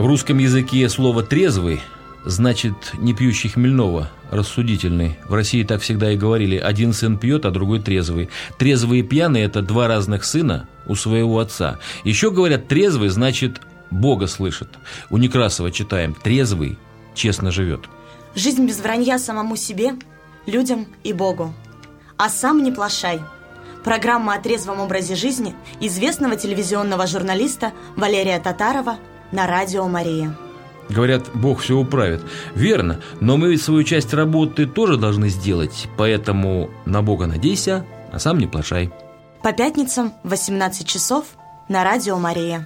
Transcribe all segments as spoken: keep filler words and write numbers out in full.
В русском языке слово «трезвый» значит не пьющий хмельного, рассудительный. В России так всегда и говорили: один сын пьет, а другой трезвый. Трезвый и пьяный – это два разных сына у своего отца. Еще говорят, трезвый значит Бога слышит. У Некрасова читаем: трезвый честно живет. Жизнь без вранья самому себе, людям и Богу. А сам не плашай. Программа о трезвом образе жизни известного телевизионного журналиста Валерия Татарова на Радио Мария. Говорят, Бог все управит. Верно, но мы ведь свою часть работы тоже должны сделать. Поэтому на Бога надейся, а сам не плашай. По пятницам в восемнадцать часов на Радио Мария.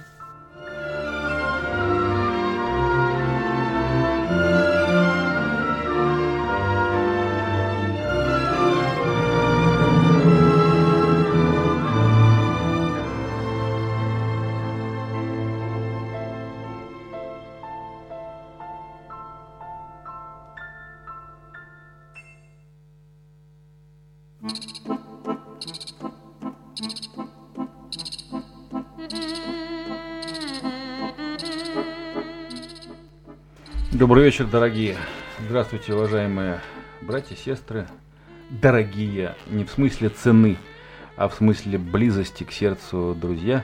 Добрый вечер, дорогие. Здравствуйте, уважаемые братья, сестры. Дорогие, не в смысле цены, а в смысле близости к сердцу друзья.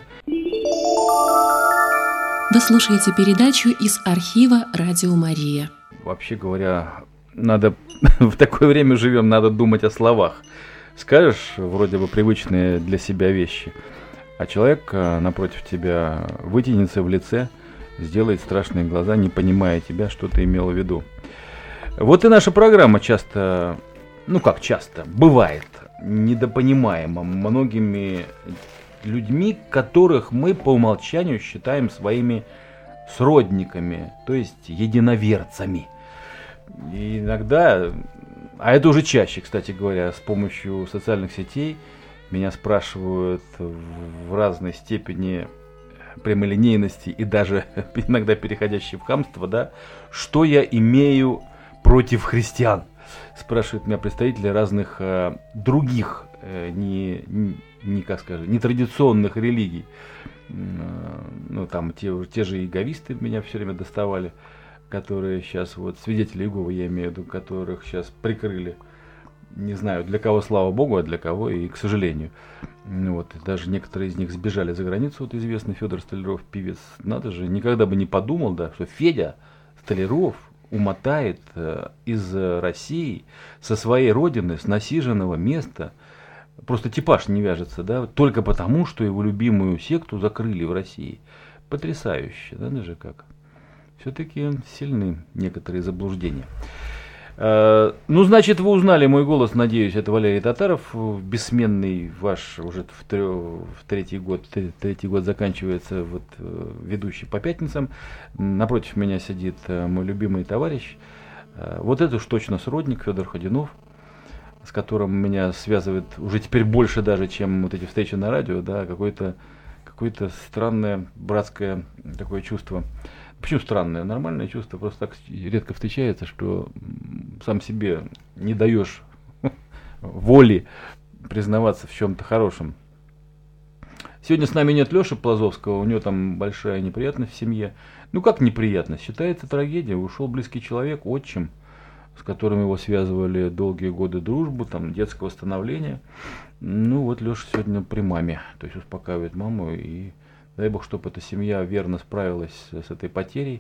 Вы слушаете передачу из архива Радио Мария. Вообще говоря, надо в такое время живем, надо думать о словах. Скажешь вроде бы привычные для себя вещи, а человек напротив тебя вытянется в лице, сделает страшные глаза, не понимая тебя, что ты имел в виду. Вот и наша программа часто, ну как часто, бывает недопонимаема многими людьми, которых мы по умолчанию считаем своими сродниками, то есть единоверцами. И иногда, а это уже чаще, кстати говоря, с помощью социальных сетей меня спрашивают в разной степени прямолинейности и даже иногда переходящей в хамство, да, что я имею против христиан, спрашивают меня представители разных э, других, э, не, не, не, как скажем, нетрадиционных религий. Э, ну, там те, те же иеговисты меня все время доставали, которые сейчас, вот, свидетели Иеговы, я имею в виду, которых сейчас прикрыли. Не знаю, для кого, слава Богу, а для кого и, к сожалению. Вот, даже некоторые из них сбежали за границу. Вот известный Федор Столяров, певец, надо же, никогда бы не подумал, да, что Федя Столяров умотает э, из России со своей родины, с насиженного места. Просто типаж не вяжется, да, только потому, что его любимую секту закрыли в России. Потрясающе, да, даже как. Все-таки сильны некоторые заблуждения. Ну, значит, вы узнали мой голос, надеюсь, это Валерий Татаров, бессменный ваш, уже в, трё, в третий год, третий год заканчивается, вот, ведущий по пятницам. Напротив меня сидит мой любимый товарищ, вот это уж точно сродник, Федор Ходунов, с которым меня связывает уже теперь больше даже, чем вот эти встречи на радио, да, какое-то, какое-то странное братское такое чувство. Почему странное? Нормальное чувство, просто так редко встречается, что сам себе не даешь воли признаваться в чем-то хорошем. Сегодня с нами нет Леши Плазовского, у него там большая неприятность в семье. Ну как неприятность? Считается трагедия. Ушел близкий человек, отчим, с которым его связывали долгие годы дружбы, там, детского становления. Ну вот Леша сегодня при маме, то есть успокаивает маму, и дай Бог, чтобы эта семья верно справилась с этой потерей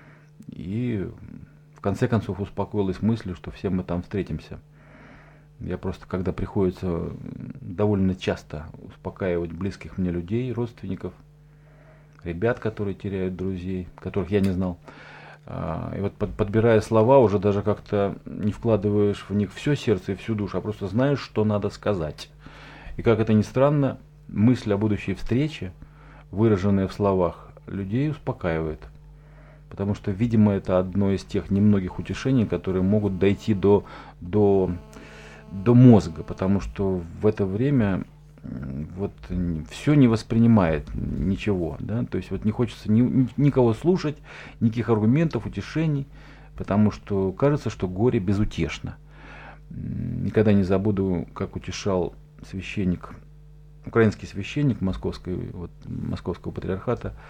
и в конце концов успокоилась мыслью, что все мы там встретимся. Я просто, когда приходится довольно часто успокаивать близких мне людей, родственников, ребят, которые теряют друзей, которых я не знал, и вот подбирая слова, уже даже как-то не вкладываешь в них все сердце и всю душу, а просто знаешь, что надо сказать. И как это ни странно, мысль о будущей встрече, выраженное в словах, людей успокаивает. Потому что, видимо, это одно из тех немногих утешений, которые могут дойти до, до, до мозга. Потому что в это время вот, все не воспринимает ничего. Да? То есть вот не хочется ни, никого слушать, никаких аргументов, утешений. Потому что кажется, что горе безутешно. Никогда не забуду, как утешал священник, украинский священник московской, вот, московского патриархата,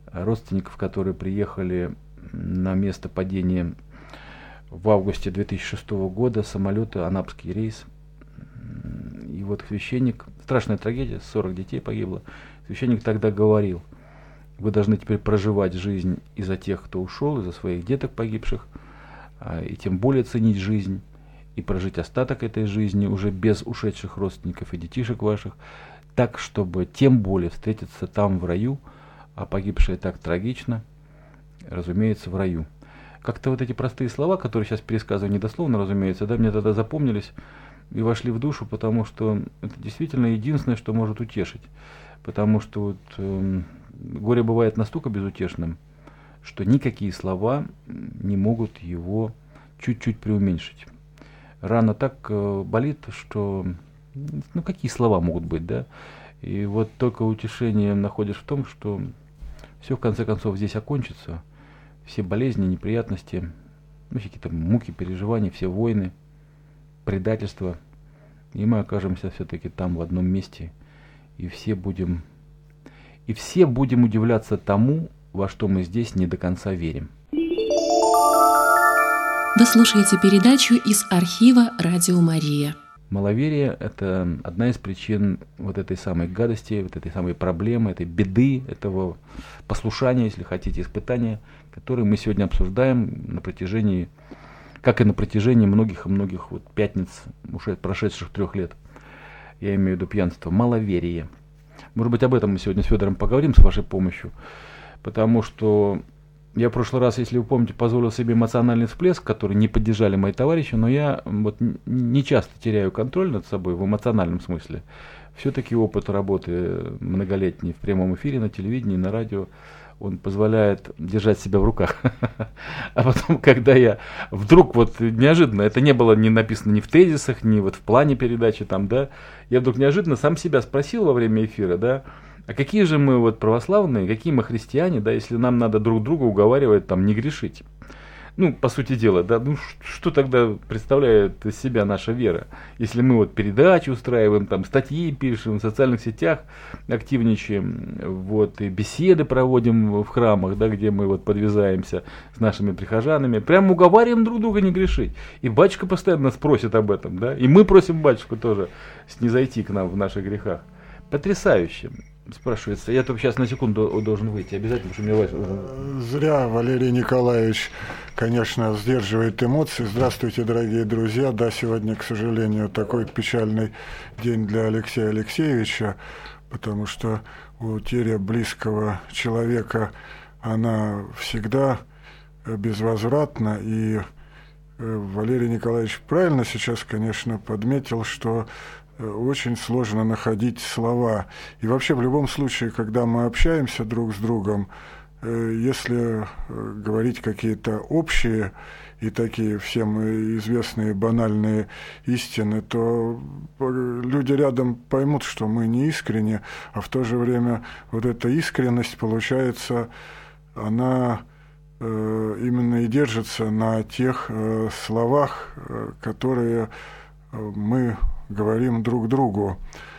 родственников, которые приехали на место падения в августе две тысячи шестого года самолета, анапский рейс. И вот священник, страшная трагедия, сорок детей погибло. Священник тогда говорил: вы должны теперь проживать жизнь из-за тех, кто ушел, из-за своих деток погибших, и тем более ценить жизнь, и прожить остаток этой жизни уже без ушедших родственников и детишек ваших, так, чтобы тем более встретиться там в раю, а погибшие так трагично, разумеется, в раю. Как-то вот эти простые слова, которые сейчас пересказываю недословно, разумеется, да, мне тогда запомнились и вошли в душу, потому что это действительно единственное, что может утешить. Потому что вот, э, горе бывает настолько безутешным, что никакие слова не могут его чуть-чуть преуменьшить. Рана так э, болит, что ну какие слова могут быть, да? И вот только утешение находишь в том, что все в конце концов здесь окончится. Все болезни, неприятности, ну, какие-то муки, переживания, все войны, предательства. И мы окажемся все-таки там в одном месте. И все будем, и все будем удивляться тому, во что мы здесь не до конца верим. Вы слушаете передачу из архива «Радио Мария». Маловерие – это одна из причин вот этой самой гадости, вот этой самой проблемы, этой беды, этого послушания, если хотите, испытания, которые мы сегодня обсуждаем на протяжении, как и на протяжении многих и многих вот пятниц, уже прошедших трех лет. Я имею в виду пьянство, маловерие. Может быть, об этом мы сегодня с Федором поговорим с вашей помощью, потому что я в прошлый раз, если вы помните, позволил себе эмоциональный всплеск, который не поддержали мои товарищи, но я вот не часто теряю контроль над собой в эмоциональном смысле. Все-таки опыт работы многолетний в прямом эфире, на телевидении, на радио, он позволяет держать себя в руках. А потом, когда я вдруг вот неожиданно, это не было не написано ни в тезисах, ни вот в плане передачи там, да, я вдруг неожиданно сам себя спросил во время эфира, да, а какие же мы вот православные, какие мы христиане, да, если нам надо друг друга уговаривать там не грешить? Ну, по сути дела, да, ну что тогда представляет из себя наша вера? Если мы вот передачи устраиваем, там статьи пишем, в социальных сетях активничаем, вот, и беседы проводим в храмах, да, где мы вот подвязаемся с нашими прихожанами, прям уговариваем друг друга не грешить. И батюшка постоянно нас просит об этом, да, и мы просим батюшку тоже снизойти к нам в наших грехах. Потрясающе. Спрашивается, я только сейчас на секунду должен выйти, обязательно, потому что мне... Зря Валерий Николаевич, конечно, сдерживает эмоции. Здравствуйте, дорогие друзья. Да, сегодня, к сожалению, такой печальный день для Алексея Алексеевича, потому что утеря близкого человека, она всегда безвозвратна. И Валерий Николаевич правильно сейчас, конечно, подметил, что очень сложно находить слова. И вообще в любом случае, когда мы общаемся друг с другом, если говорить какие-то общие и такие всем известные банальные истины, то люди рядом поймут, что мы не искренне, а в то же время вот эта искренность, получается, она именно и держится на тех словах, которые мы говорим друг другу.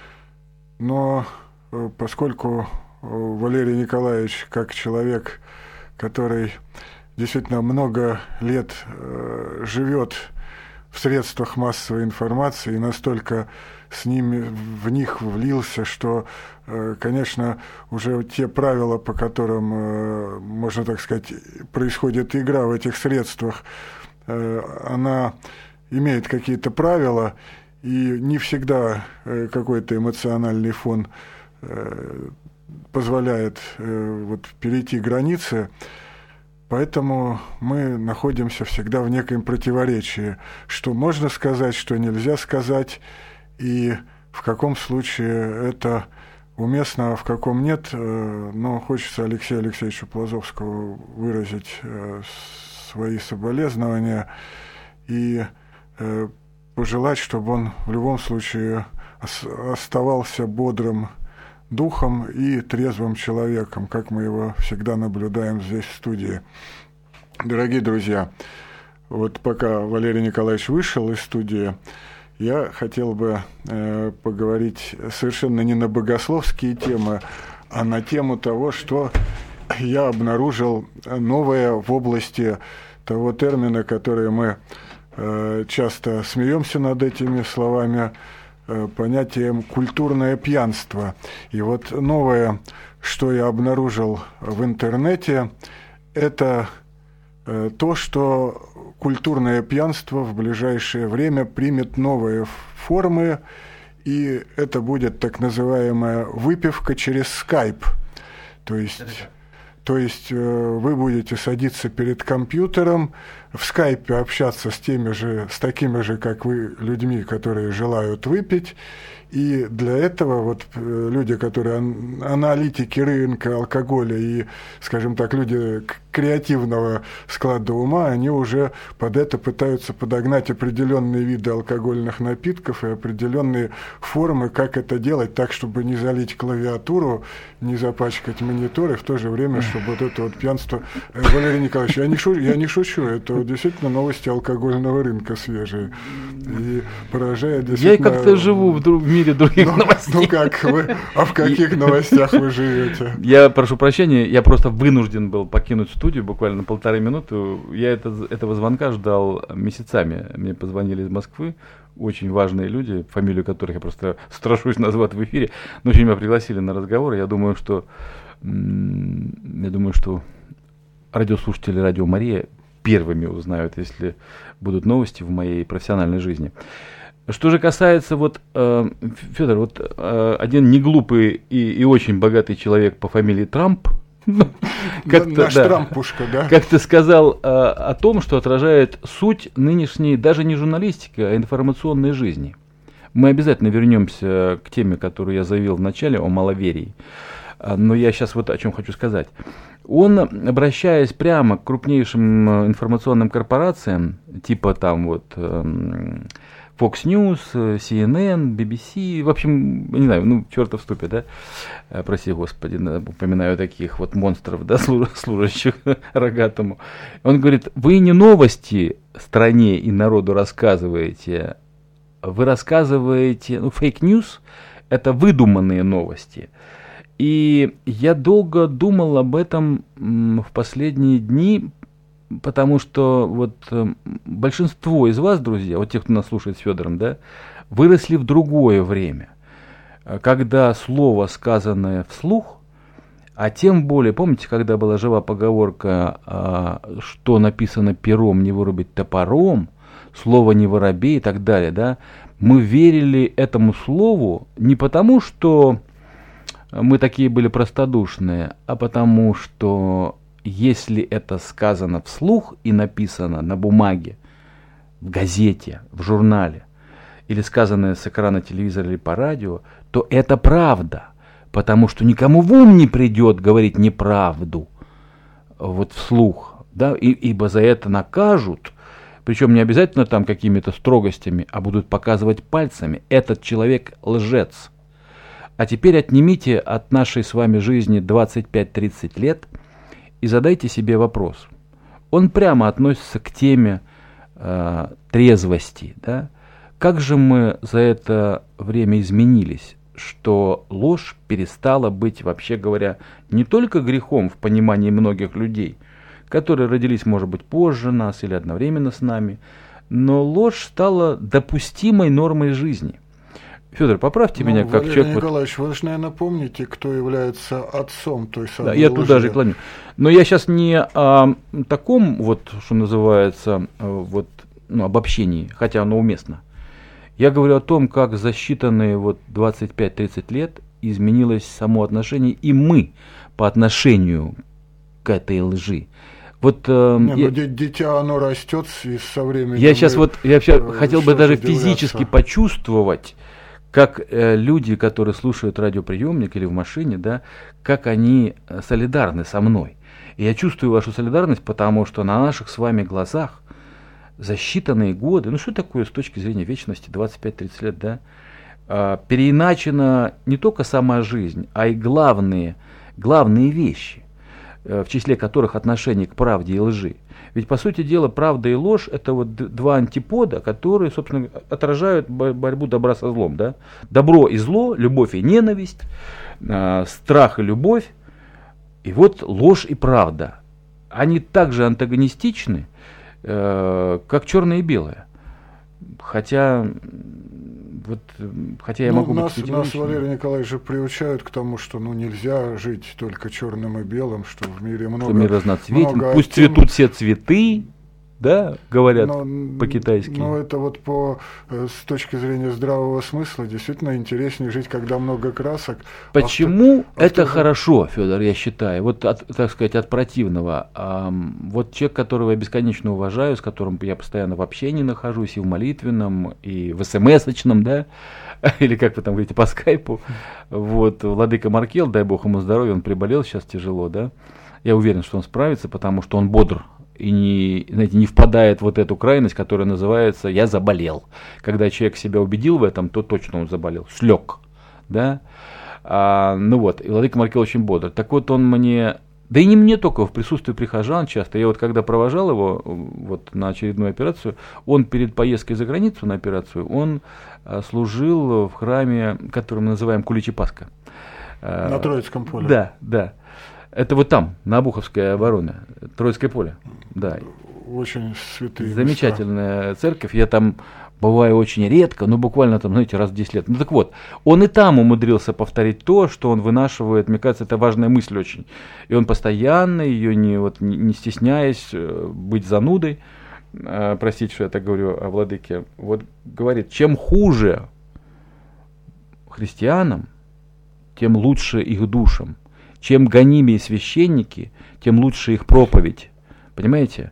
Но поскольку Валерий Николаевич, как человек, который действительно много лет э, живет в средствах массовой информации и настолько с ними, в них влился, что, э, конечно, уже те правила, по которым, э, можно так сказать, происходит игра в этих средствах, э, она имеет какие-то правила, и не всегда э, какой-то эмоциональный фон э, позволяет э, вот, перейти границы. Поэтому мы находимся всегда в неком противоречии, что можно сказать, что нельзя сказать, и в каком случае это уместно, а в каком нет. Но хочется Алексею Алексеевичу Плазовскому выразить свои соболезнования и пожелать, чтобы он в любом случае оставался бодрым духом и трезвым человеком, как мы его всегда наблюдаем здесь в студии. Дорогие друзья, вот пока Валерий Николаевич вышел из студии, я хотел бы э, поговорить совершенно не на богословские темы, а на тему того, что я обнаружил новое в области того термина, который мы э, часто смеемся над этими словами, э, понятием «культурное пьянство». И вот новое, что я обнаружил в интернете, это э, то, что культурное пьянство в ближайшее время примет новые формы, и это будет так называемая выпивка через скайп. То есть... То есть вы будете садиться перед компьютером, в скайпе общаться с теми же, с такими же, как вы, людьми, которые желают выпить. И для этого вот люди, которые аналитики рынка алкоголя и, скажем так, люди креативного склада ума, они уже под это пытаются подогнать определенные виды алкогольных напитков и определенные формы, как это делать так, чтобы не залить клавиатуру, не запачкать монитор, и в то же время, чтобы вот это вот пьянство... Валерий Николаевич, я не шучу, я не шучу, это вот действительно новости алкогольного рынка свежие. И поражает действительно... Я как-то живу в, друг, в мире других ну, новостей. Ну как вы? А в каких новостях вы живете? Я прошу прощения, я просто вынужден был покинуть студию буквально на полторы минуты. Я это, этого звонка ждал месяцами. Мне позвонили из Москвы, очень важные люди, фамилию которых я просто страшусь назвать в эфире. Но очень меня пригласили на разговор. Я думаю, что я думаю, что радиослушатели Радио Мария первыми узнают, если будут новости в моей профессиональной жизни. Что же касается, вот, э, Федор, вот э, один неглупый и, и очень богатый человек по фамилии Трамп, наш Трампушка, да? Как ты сказал э, о том, что отражает суть нынешней, даже не журналистики, а информационной жизни. Мы обязательно вернемся к теме, которую я заявил в начале, о маловерии. Но я сейчас вот о чем хочу сказать. Он, обращаясь прямо к крупнейшим информационным корпорациям, типа там вот Fox News, си эн эн, би би си, в общем, не знаю, ну, чертов ступе, да, прости господи, упоминаю таких вот монстров, да, служащих рогатому. Он говорит, вы не новости стране и народу рассказываете, вы рассказываете, ну, фейк-ньюс, это выдуманные новости. И я долго думал об этом в последние дни, потому что вот большинство из вас, друзья, вот тех, кто нас слушает с Федором, да, выросли в другое время, когда слово, сказанное вслух, а тем более, помните, когда была жива поговорка, что написано пером, не вырубить топором, слово не воробей и так далее, да, мы верили этому слову не потому, что мы такие были простодушные, а потому что если это сказано вслух и написано на бумаге, в газете, в журнале, или сказанное с экрана телевизора или по радио, то это правда, потому что никому в ум не придет говорить неправду вот вслух, да, и, ибо за это накажут, причем не обязательно там какими-то строгостями, а будут показывать пальцами, этот человек лжец. А теперь отнимите от нашей с вами жизни двадцать пять-тридцать лет и задайте себе вопрос. Он прямо относится к теме э, трезвости. Да? Как же мы за это время изменились, что ложь перестала быть, вообще говоря, не только грехом в понимании многих людей, которые родились, может быть, позже нас или одновременно с нами, но ложь стала допустимой нормой жизни. Федор, поправьте ну, меня, как Валерий человек... Николаевич, вы же, наверное, помните, кто является отцом той самой Да, я туда же клоню. Но я сейчас не о таком, вот, что называется, вот, ну, обобщении, хотя оно уместно. Я говорю о том, как за считанные вот двадцать пять-тридцать лет изменилось само отношение, и мы по отношению к этой лжи. Вот, э, не, я, ну, дитя, оно растет и со временем... Я сейчас вот, я вообще э, хотел бы даже физически почувствовать, как э, люди, которые слушают радиоприемник или в машине, да, как они солидарны со мной. И я чувствую вашу солидарность, потому что на наших с вами глазах за считанные годы, ну что такое с точки зрения вечности, двадцать пять-тридцать лет, да, э, переиначена не только сама жизнь, а и главные, главные вещи, э, в числе которых отношение к правде и лжи. Ведь, по сути дела, правда и ложь – это вот два антипода, которые, собственно, отражают борьбу добра со злом. Да? Добро и зло, любовь и ненависть, э, страх и любовь. И вот ложь и правда, они также антагонистичны, э, как черное и белое. Хотя, вот, хотя я ну, могу нас, быть нас, Валерий Николаевич, же приучают к тому, что ну, нельзя жить только черным и белым, что в мире много... Что мир разноцветен, много пусть оттенков. цветут все цветы, да, говорят но, по-китайски. Ну, это вот по, с точки зрения здравого смысла действительно интереснее жить, когда много красок. Почему а в, это а в... хорошо, Федор, я считаю, вот, от, так сказать, от противного. А, вот человек, которого я бесконечно уважаю, с которым я постоянно в общении нахожусь, и в молитвенном, и в эс-эм-эсочном, да, или как вы там говорите, по скайпу, вот, владыка Маркел, дай бог ему здоровья, он приболел сейчас тяжело, да, я уверен, что он справится, потому что он бодр, и не, знаете, не впадает в вот эту крайность, которая называется «я заболел». Когда человек себя убедил в этом, то точно он заболел, слег, да. А, ну вот, и владыка Маркел очень бодр. Так вот он мне, да и не мне только, в присутствии прихожан часто, я вот когда провожал его вот на очередную операцию, он перед поездкой за границу на операцию, он а, служил в храме, который мы называем Куличи Пасха. На Троицком поле. Да, да. Это вот там, на Обуховской обороне, Троицкое поле. Да. Очень святые Замечательная места. Церковь. Я там бываю очень редко, ну буквально там, знаете, раз в десять лет. Ну так вот, он и там умудрился повторить то, что он вынашивает. Мне кажется, это важная мысль очень. И он постоянно, ее не, вот, не, не стесняясь быть занудой, э, простите, что я так говорю о владыке, вот говорит, чем хуже христианам, тем лучше их душам. Чем гонимее священники, тем лучше их проповедь. Понимаете?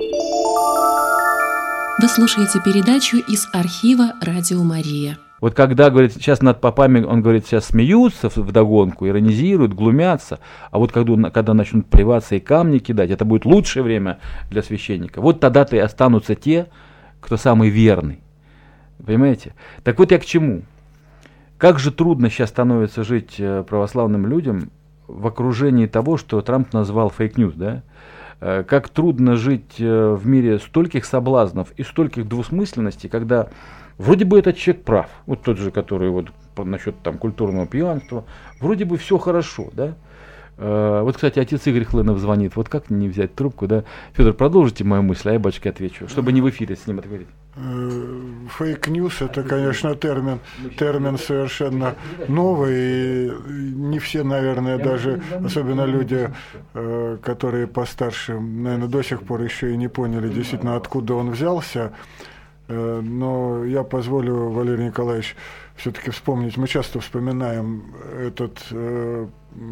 Вы слушаете передачу из архива «Радио Мария». Вот когда, говорит, сейчас над попами, он говорит, сейчас смеются вдогонку, иронизируют, глумятся, а вот когда, когда начнут плеваться и камни кидать, это будет лучшее время для священника. Вот тогда-то и останутся те, кто самый верный. Понимаете? Так вот я к чему? Как же трудно сейчас становится жить православным людям в окружении того, что Трамп назвал фейк-ньюс, да? Как трудно жить в мире стольких соблазнов и стольких двусмысленностей, когда вроде бы этот человек прав, вот тот же, который вот насчет там культурного пьянства, вроде бы все хорошо, да? Вот, кстати, отец Игорь Хлынов звонит, вот как не взять трубку, да? Федор, продолжите мою мысль, а я батюшке отвечу, чтобы не в эфире с ним отговорить. Фейк-ньюс — это, конечно, термин, термин совершенно новый, и не все, наверное, даже, особенно люди, которые постарше, наверное, до сих пор еще и не поняли действительно, откуда он взялся. Но я позволю, Валерий Николаевич, все-таки вспомнить, мы часто вспоминаем этот э,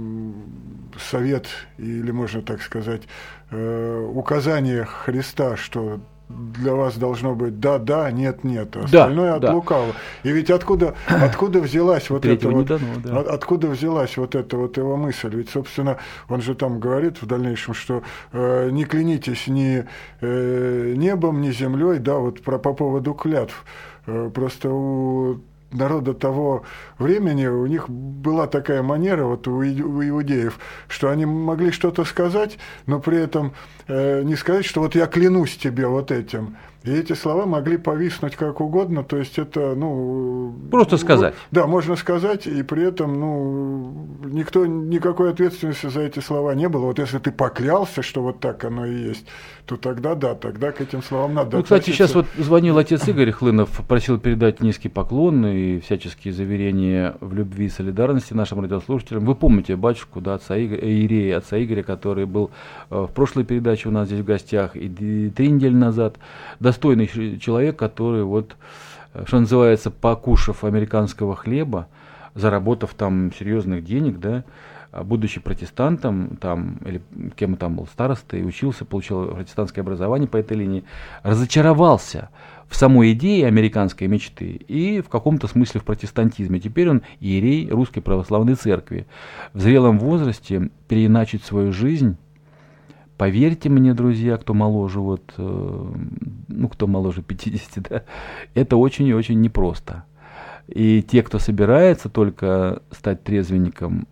совет, или можно так сказать, э, указание Христа, что для вас должно быть да-да, нет-нет, остальное да, от да. лукавого. И ведь откуда, откуда взялась вот эта вот, дано, да. откуда взялась вот эта вот его мысль? Ведь, собственно, он же там говорит в дальнейшем, что э, не клянитесь ни э, небом, ни землей, да, вот про, по поводу клятв. Э, просто у народа того времени, у них была такая манера, вот у, у иудеев, что они могли что-то сказать, но при этом э, не сказать, что вот я клянусь тебе вот этим. И эти слова могли повиснуть как угодно, то есть это, ну... Просто сказать. Да, можно сказать, и при этом, ну, никто, никакой ответственности за эти слова не было. Вот если ты поклялся, что вот так оно и есть, то тогда да, тогда к этим словам надо ну, относиться. Кстати, сейчас вот звонил отец Игорь Хлынов, просил передать низкий поклон и всяческие заверения в любви и солидарности нашим радиослушателям. Вы помните батюшку, да, отца Игоря, Иерея, отца Игоря, который был в прошлой передаче у нас здесь в гостях и три недели назад. Достойный человек, который вот, что называется, покушав американского хлеба, заработав там серьезных денег, да, будучи протестантом, там, или кем там был, старостой, учился, получил протестантское образование по этой линии, разочаровался в самой идее американской мечты и в каком-то смысле в протестантизме. Теперь он иерей Русской Православной Церкви. В зрелом возрасте переиначить свою жизнь, поверьте мне, друзья, кто моложе, вот, ну, кто моложе пятидесяти, да, это очень и очень непросто. И те, кто собирается только стать трезвенником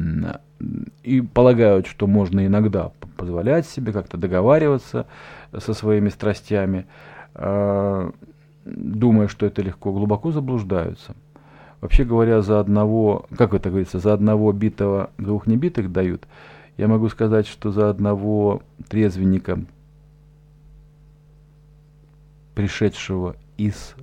и полагают, что можно иногда позволять себе как-то договариваться со своими страстями, думая, что это легко, глубоко заблуждаются. Вообще говоря, за одного, как это говорится, за одного битого двух небитых дают. Я могу сказать, что за одного трезвенника, пришедшего из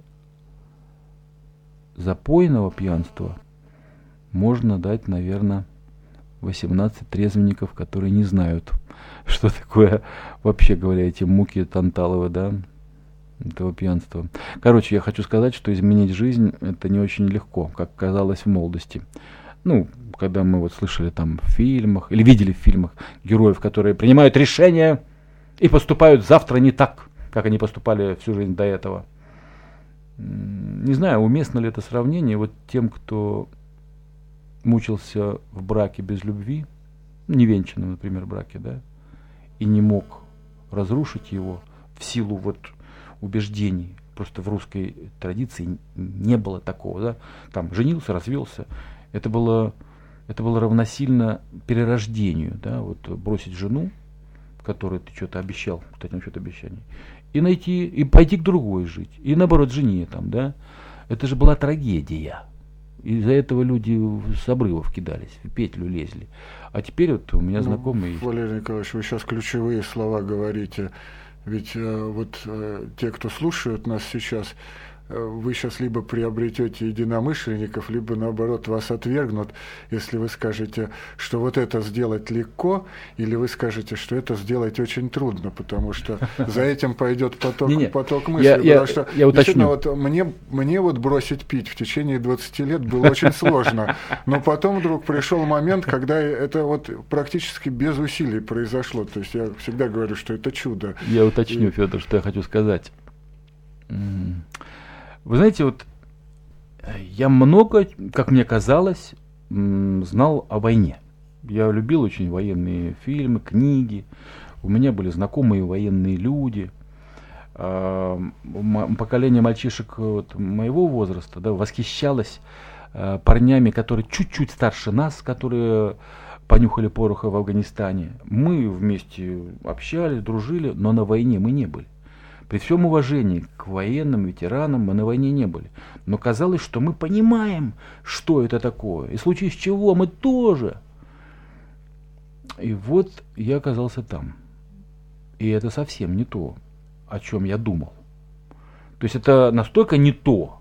запойного пьянства, можно дать, наверное, восемнадцать трезвенников, которые не знают, что такое, вообще говоря, эти муки Танталовы, да, этого пьянства. Короче, я хочу сказать, что изменить жизнь — это не очень легко, как казалось в молодости. Ну, когда мы вот слышали там в фильмах, или видели в фильмах героев, которые принимают решения и поступают завтра не так, как они поступали всю жизнь до этого. Не знаю, уместно ли это сравнение вот тем, кто мучился в браке без любви, невенчанном, например, браке, да, и не мог разрушить его в силу вот убеждений. Просто в русской традиции не было такого, да, там женился, развелся. Это было, это было равносильно перерождению, да, вот бросить жену, которой ты что-то обещал, кстати, насчет обещаний, и найти, и пойти к другой жить, и наоборот жене там, да. Это же была трагедия. Из-за этого люди с обрывов кидались, в петлю лезли. А теперь вот у меня знакомые... Ну, Валерий Николаевич, вы сейчас ключевые слова говорите. Ведь э, вот э, те, кто слушают нас сейчас, э, вы сейчас либо приобретете единомышленников, либо наоборот вас отвергнут, если вы скажете, что вот это сделать легко, или вы скажете, что это сделать очень трудно, потому что за этим пойдет поток, поток мыслей. Потому что действительно вот мне, мне вот бросить пить в течение двадцати лет было очень сложно, но потом вдруг пришел момент, когда это вот практически без усилий произошло. То есть я всегда говорю, что это чудо. Я уточню, И... Федор, что я хочу сказать. Вы знаете, вот я много, как мне казалось, знал о войне. Я любил очень военные фильмы, книги. У меня были знакомые военные люди. Поколение мальчишек вот моего возраста, да, восхищалось парнями, которые чуть-чуть старше нас, которые понюхали пороха в Афганистане. Мы вместе общались, дружили, но на войне мы не были. При всем уважении к военным ветеранам мы на войне не были. Но казалось, что мы понимаем, что это такое. И в случае с чего мы тоже. И вот я оказался там. И это совсем не то, о чем я думал. То есть это настолько не то.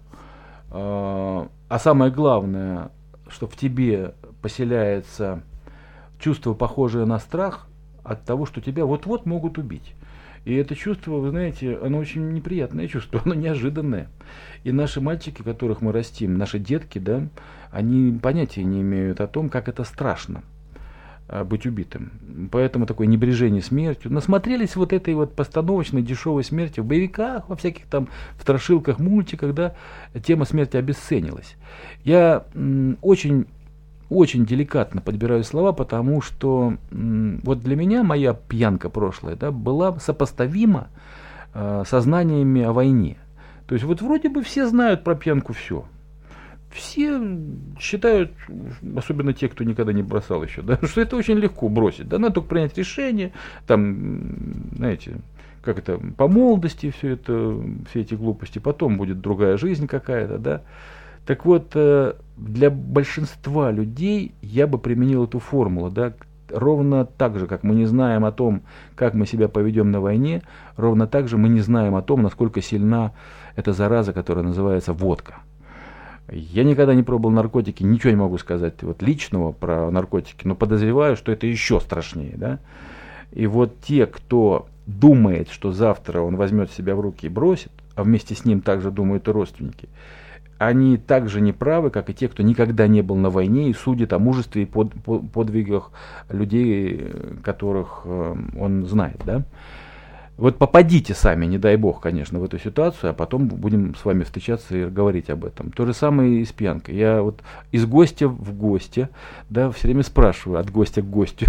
А самое главное, что в тебе поселяется чувство, похожее на страх от того, что тебя вот-вот могут убить. И это чувство, вы знаете, оно очень неприятное чувство, оно неожиданное. И наши мальчики, которых мы растим, наши детки, да, они понятия не имеют о том, как это страшно быть убитым. Поэтому такое небрежение смертью. Насмотрелись вот этой вот постановочной дешевой смерти в боевиках, во всяких там в страшилках, мультиках, да, тема смерти обесценилась. Я м, очень... Очень деликатно подбираю слова, потому что м, вот для меня моя пьянка прошлая, да, была сопоставима э, со знаниями о войне. То есть вот вроде бы все знают про пьянку все. Все считают, особенно те, кто никогда не бросал еще, да, что это очень легко бросить. Да, надо только принять решение, там, знаете, как это, по молодости все это, все эти глупости, потом будет другая жизнь какая-то, да. Так вот, для большинства людей я бы применил эту формулу, да, ровно так же, как мы не знаем о том, как мы себя поведем на войне, ровно так же мы не знаем о том, насколько сильна эта зараза, которая называется водка. Я никогда не пробовал наркотики, ничего не могу сказать вот личного про наркотики, но подозреваю, что это еще страшнее, да. И вот те, кто думает, что завтра он возьмет себя в руки и бросит, а вместе с ним также думают и родственники, они так же неправы, как и те, кто никогда не был на войне и судит о мужестве и под, под, подвигах людей, которых э, он знает. Да? Вот попадите сами, не дай бог, конечно, в эту ситуацию, а потом будем с вами встречаться и говорить об этом. То же самое и с пьянкой. Я вот из гостя в гостя, да, все время спрашиваю, от гостя к гостю.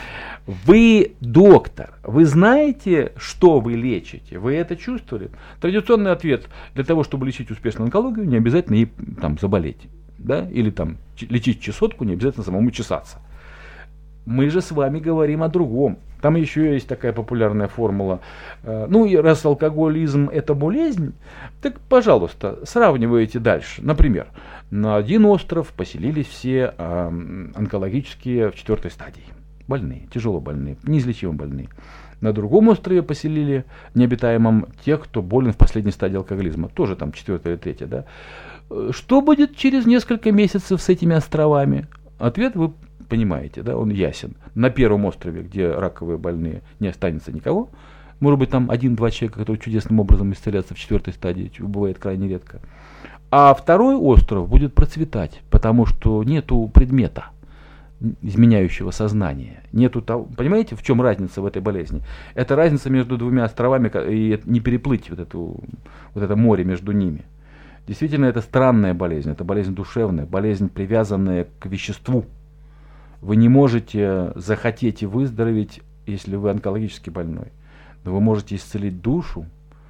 Вы доктор, вы знаете, что вы лечите? Вы это чувствовали? Традиционный ответ: для того, чтобы лечить успешно онкологию, не обязательно и там заболеть, да? Или там лечить чесотку, не обязательно самому чесаться. Мы же с вами говорим о другом. Там еще есть такая популярная формула. Ну и раз алкоголизм это болезнь, так, пожалуйста, сравнивайте дальше. Например, на один остров поселились все онкологические в четвертой стадии. Больные, тяжело больные, неизлечимо больные. На другом острове поселили, необитаемом, тех, кто болен в последней стадии алкоголизма. Тоже там четвертая или третья, да. Что будет через несколько месяцев с этими островами? Ответ вы понимаете, да, он ясен. На первом острове, где раковые больные, не останется никого. Может быть, там один-два человека, которые чудесным образом исцелятся в четвертой стадии, бывает крайне редко. А второй остров будет процветать, потому что нету предмета, изменяющего сознание. Нету того, понимаете, в чем разница в этой болезни? Это разница между двумя островами, и не переплыть вот, эту, вот это море между ними. Действительно, это странная болезнь, это болезнь душевная, болезнь, привязанная к веществу. Вы не можете захотеть и выздороветь, если вы онкологически больной. Но вы можете исцелить душу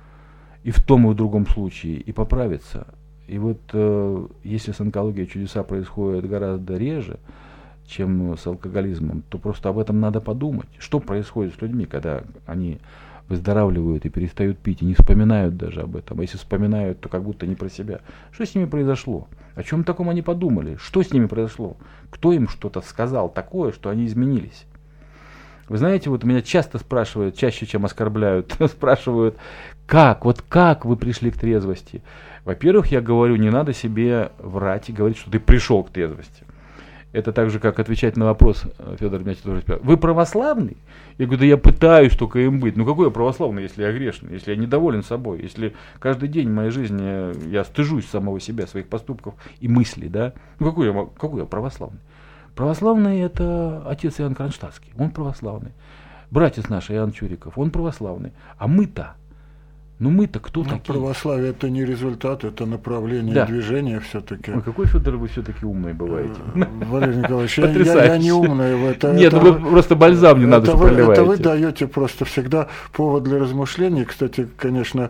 и в том и в другом случае, и поправиться. И вот э, если с онкологией чудеса происходят гораздо реже, чем с алкоголизмом, то просто об этом надо подумать. Что происходит с людьми, когда они выздоравливают и перестают пить, и не вспоминают даже об этом. А если вспоминают, то как будто не про себя. Что с ними произошло? О чем таком они подумали? Что с ними произошло? Кто им что-то сказал такое, что они изменились? Вы знаете, вот меня часто спрашивают, чаще, чем оскорбляют, спрашивают, как, вот как вы пришли к трезвости? Во-первых, я говорю, не надо себе врать и говорить, что ты пришел к трезвости. Это так же, как отвечать на вопрос, Федор меня тоже спрашивает, вы православный? Я говорю, да я пытаюсь только им быть. Ну какой я православный, если я грешный, если я недоволен собой, если каждый день в моей жизни я стыжусь самого себя, своих поступков и мыслей, да? Ну какой я, какой я православный? Православный это отец Иоанн Кронштадтский, он православный. Братец наш Иоанн Чуриков, он православный. А мы-то, ну мы-то кто ну, такие? Православие это не результат, это направление да. движения все-таки. Ой, какой, Федор, вы все-таки умный бываете. Валерий Николаевич, я, я, я не умный. Это, Нет, это, ну вы просто бальзам не надо, это что вы, проливаете. Это вы даете просто всегда повод для размышлений. Кстати, конечно,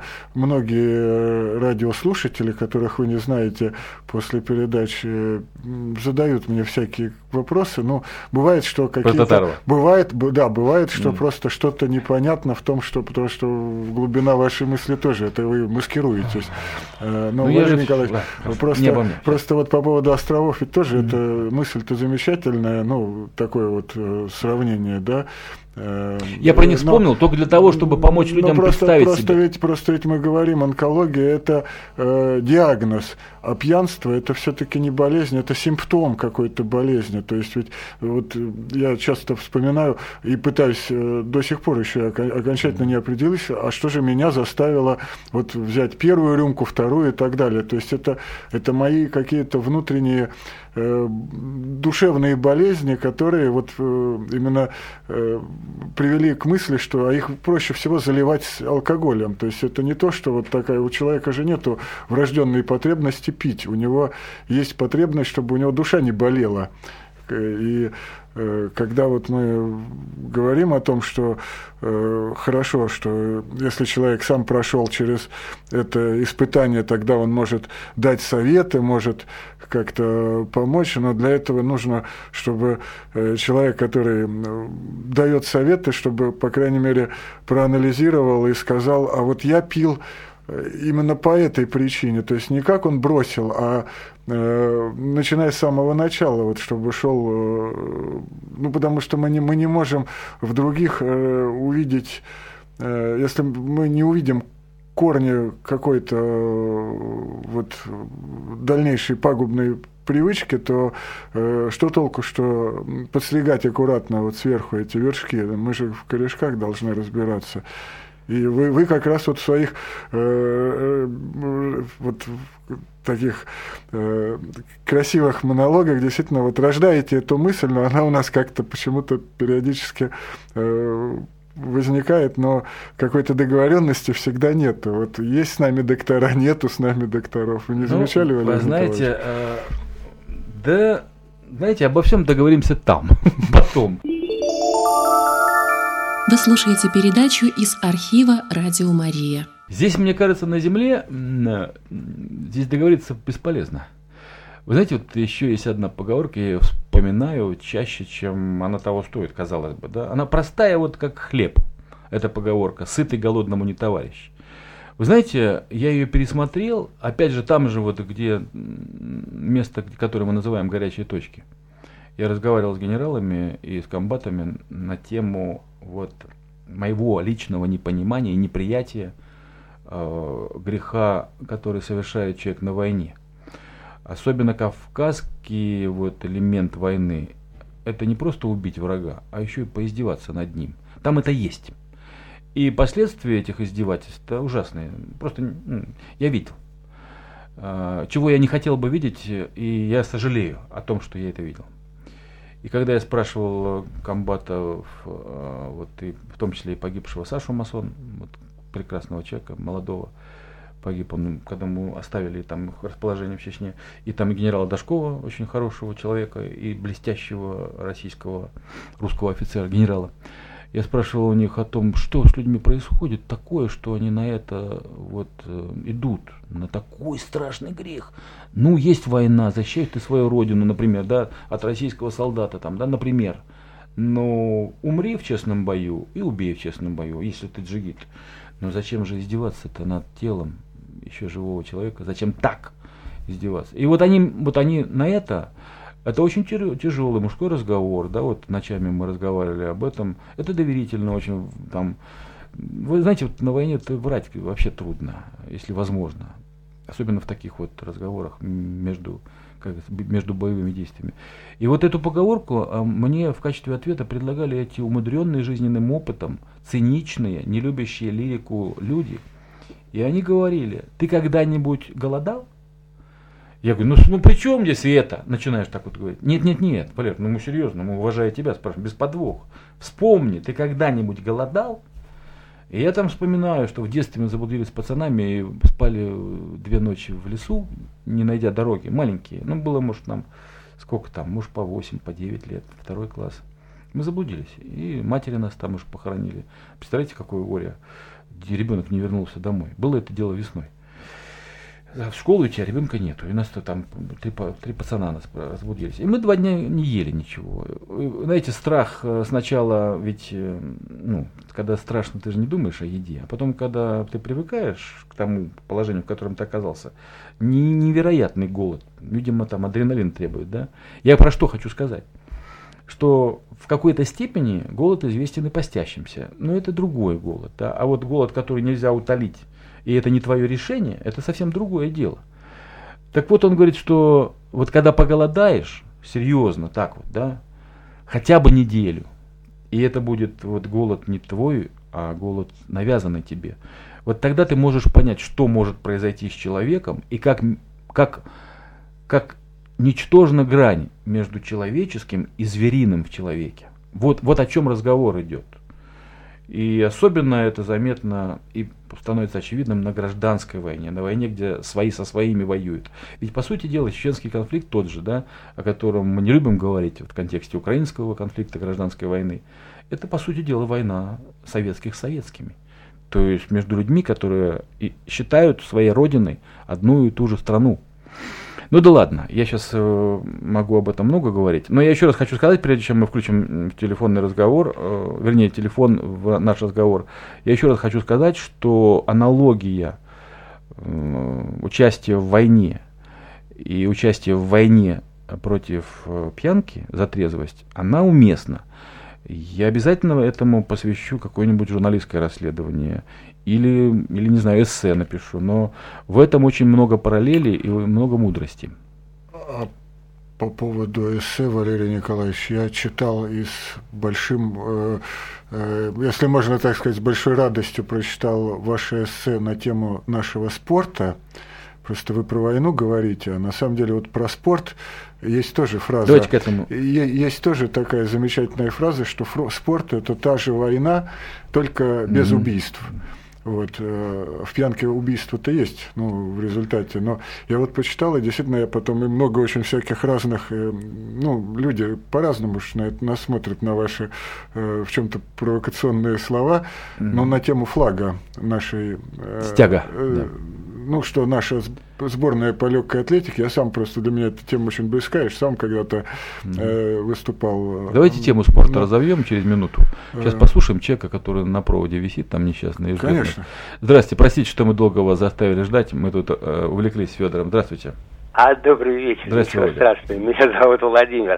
многие радиослушатели, которых вы не знаете, после передачи задают мне всякие вопросы. Ну, бывает, что какие-то... Бывает, да, бывает, что mm. просто что-то непонятно в том, что, потому что глубина вашей мысли тоже, это вы маскируетесь. Но, ну, Валерий Николаевич, да, просто, просто вот по поводу островов, ведь тоже mm. эта мысль-то замечательная, ну, такое вот сравнение, да. Я про них вспомнил но, только для того, чтобы помочь людям просто, представить просто себе. Ведь, просто ведь мы говорим, онкология – это э, диагноз, а пьянство – это все-таки не болезнь, это симптом какой-то болезни. То есть ведь вот я часто вспоминаю и пытаюсь э, до сих пор еще окончательно не определиться, а что же меня заставило вот взять первую рюмку, вторую и так далее. То есть это, это мои какие-то внутренние э, душевные болезни, которые вот э, именно э, привели к мысли, что их проще всего заливать алкоголем. То есть это не то, что вот такая, у человека же нету врожденной потребности пить. У него есть потребность, чтобы у него душа не болела. И э, когда вот мы говорим о том, что э, хорошо, что если человек сам прошел через это испытание, тогда он может дать советы, может как-то помочь, но для этого нужно, чтобы э, человек, который э, дает советы, чтобы, по крайней мере, проанализировал и сказал, а вот я пил именно по этой причине, то есть не как он бросил, а э, начиная с самого начала, вот, чтобы шел, э, ну потому что мы не, мы не можем в других э, увидеть, э, если мы не увидим корни какой-то э, вот дальнейшей пагубной привычки, то э, что толку, что подстригать аккуратно вот сверху эти вершки, мы же в корешках должны разбираться. И вы, вы как раз вот в своих э, э, вот таких э, красивых монологах действительно вот рождаете эту мысль, но она у нас как-то почему-то периодически э, возникает, но какой-то договоренности всегда нету. Вот есть с нами доктора, нету с нами докторов. Вы не замечали, ну, Валерий вы знаете, э, да, знаете, обо всем договоримся там, потом. Вы слушаете передачу из архива «Радио Мария». Здесь, мне кажется, на Земле здесь договориться бесполезно. Вы знаете, вот еще есть одна поговорка, я ее вспоминаю чаще, чем она того стоит, казалось бы. Да? Она простая, вот как хлеб, эта поговорка, сытый голодному не товарищ. Вы знаете, я ее пересмотрел, опять же, там же, вот, где место, которое мы называем горячие точки. Я разговаривал с генералами и с комбатами на тему вот моего личного непонимания и неприятия э, греха, который совершает человек на войне. Особенно кавказский вот элемент войны – это не просто убить врага, а еще и поиздеваться над ним. Там это есть. И последствия этих издевательств ужасные. Просто ну, я видел. Э, чего я не хотел бы видеть, и я сожалею о том, что я это видел. И когда я спрашивал комбатов, вот и в том числе и погибшего Сашу Масон, вот, прекрасного человека, молодого, погиб он, когда мы оставили там расположение в Чечне, и там и генерала Дашкова, очень хорошего человека, и блестящего российского, русского офицера, генерала. Я спрашивал у них о том, что с людьми происходит такое, что они на это вот идут, на такой страшный грех. Ну, есть война, защищаешь ты свою родину, например, да, от российского солдата, там, да, например. Но умри в честном бою и убей в честном бою, если ты джигит. Но зачем же издеваться-то над телом еще живого человека? Зачем так издеваться? И вот они, вот они на это... Это очень тяжелый мужской разговор, да, вот ночами мы разговаривали об этом. Это доверительно очень, там, вы знаете, вот на войне -то врать вообще трудно, если возможно. Особенно в таких вот разговорах между, как, между боевыми действиями. И вот эту поговорку мне в качестве ответа предлагали эти умудренные жизненным опытом, циничные, не любящие лирику люди. И они говорили: ты когда-нибудь голодал? Я говорю, ну, ну при чем здесь это? Начинаешь так вот говорить. Нет, нет, нет, Валер, ну мы серьезно, мы уважая тебя, спрашиваем, без подвоха. Вспомни, ты когда-нибудь голодал? И я там вспоминаю, что в детстве мы заблудились с пацанами и спали две ночи в лесу, не найдя дороги, маленькие. Ну, было, может, нам, сколько там, может, по восемь, по девять лет, второй класс. Мы заблудились, и матери нас там уж похоронили. Представляете, какое горе, где ребенок не вернулся домой. Было это дело весной. В школу идти, а ребенка нету. И у нас там три, три пацана нас разбудились. И мы два дня не ели ничего. И, знаете, страх сначала, ведь, ну, когда страшно, ты же не думаешь о еде. А потом, когда ты привыкаешь к тому положению, в котором ты оказался, невероятный голод. Видимо, там адреналин требует, да? Я про что хочу сказать? Что в какой-то степени голод известен и постящимся. Но это другой голод. Да? А вот голод, который нельзя утолить, и это не твое решение, это совсем другое дело. Так вот, он говорит, что вот когда поголодаешь, серьезно, так вот, да, хотя бы неделю, и это будет вот голод не твой, а голод навязанный тебе, вот тогда ты можешь понять, что может произойти с человеком, и как, как, как ничтожна грань между человеческим и звериным в человеке. Вот, вот о чем разговор идет. И особенно это заметно и становится очевидным на гражданской войне, на войне, где свои со своими воюют. Ведь, по сути дела, чеченский конфликт тот же, да, о котором мы не любим говорить вот, в контексте украинского конфликта, гражданской войны, это, по сути дела, война советских с советскими. То есть между людьми, которые считают своей родиной одну и ту же страну. Ну да ладно, я сейчас э, могу об этом много говорить, но я еще раз хочу сказать, прежде чем мы включим телефонный разговор, э, вернее телефон в наш разговор, я еще раз хочу сказать, что аналогия э, участия в войне и участия в войне против э, пьянки за трезвость, она уместна. Я обязательно этому посвящу какое-нибудь журналистское расследование. Или, или, не знаю, эссе напишу, но в этом очень много параллелей и много мудрости. А по поводу эссе, Валерий Николаевич, я читал и с большим, э, э, если можно так сказать, с большой радостью прочитал ваше эссе на тему нашего спорта. Просто вы про войну говорите, а на самом деле вот про спорт есть тоже фраза. Давайте к этому. Есть тоже такая замечательная фраза, что спорт – это та же война, только без mm-hmm. убийств. Вот, э, в пьянке убийство-то есть, ну, в результате, но я вот почитал, и действительно я потом и много очень всяких разных, э, ну, люди по-разному на это нас смотрят, на ваши э, в чем-то провокационные слова, mm-hmm. но на тему флага нашей... Э, Стяга, э, да. Ну, что наша сборная по легкой атлетике, я сам просто, для меня эта тема очень близка, я сам когда-то э, выступал. Давайте тему спорта ну, разовьем через минуту. Сейчас э, послушаем человека, который на проводе висит, там несчастный. Конечно. Здравствуйте, простите, что мы долго вас заставили ждать, мы тут э, увлеклись с Федором. Здравствуйте. А, добрый вечер. Здравствуйте. Ничего страшного. Меня зовут Владимир.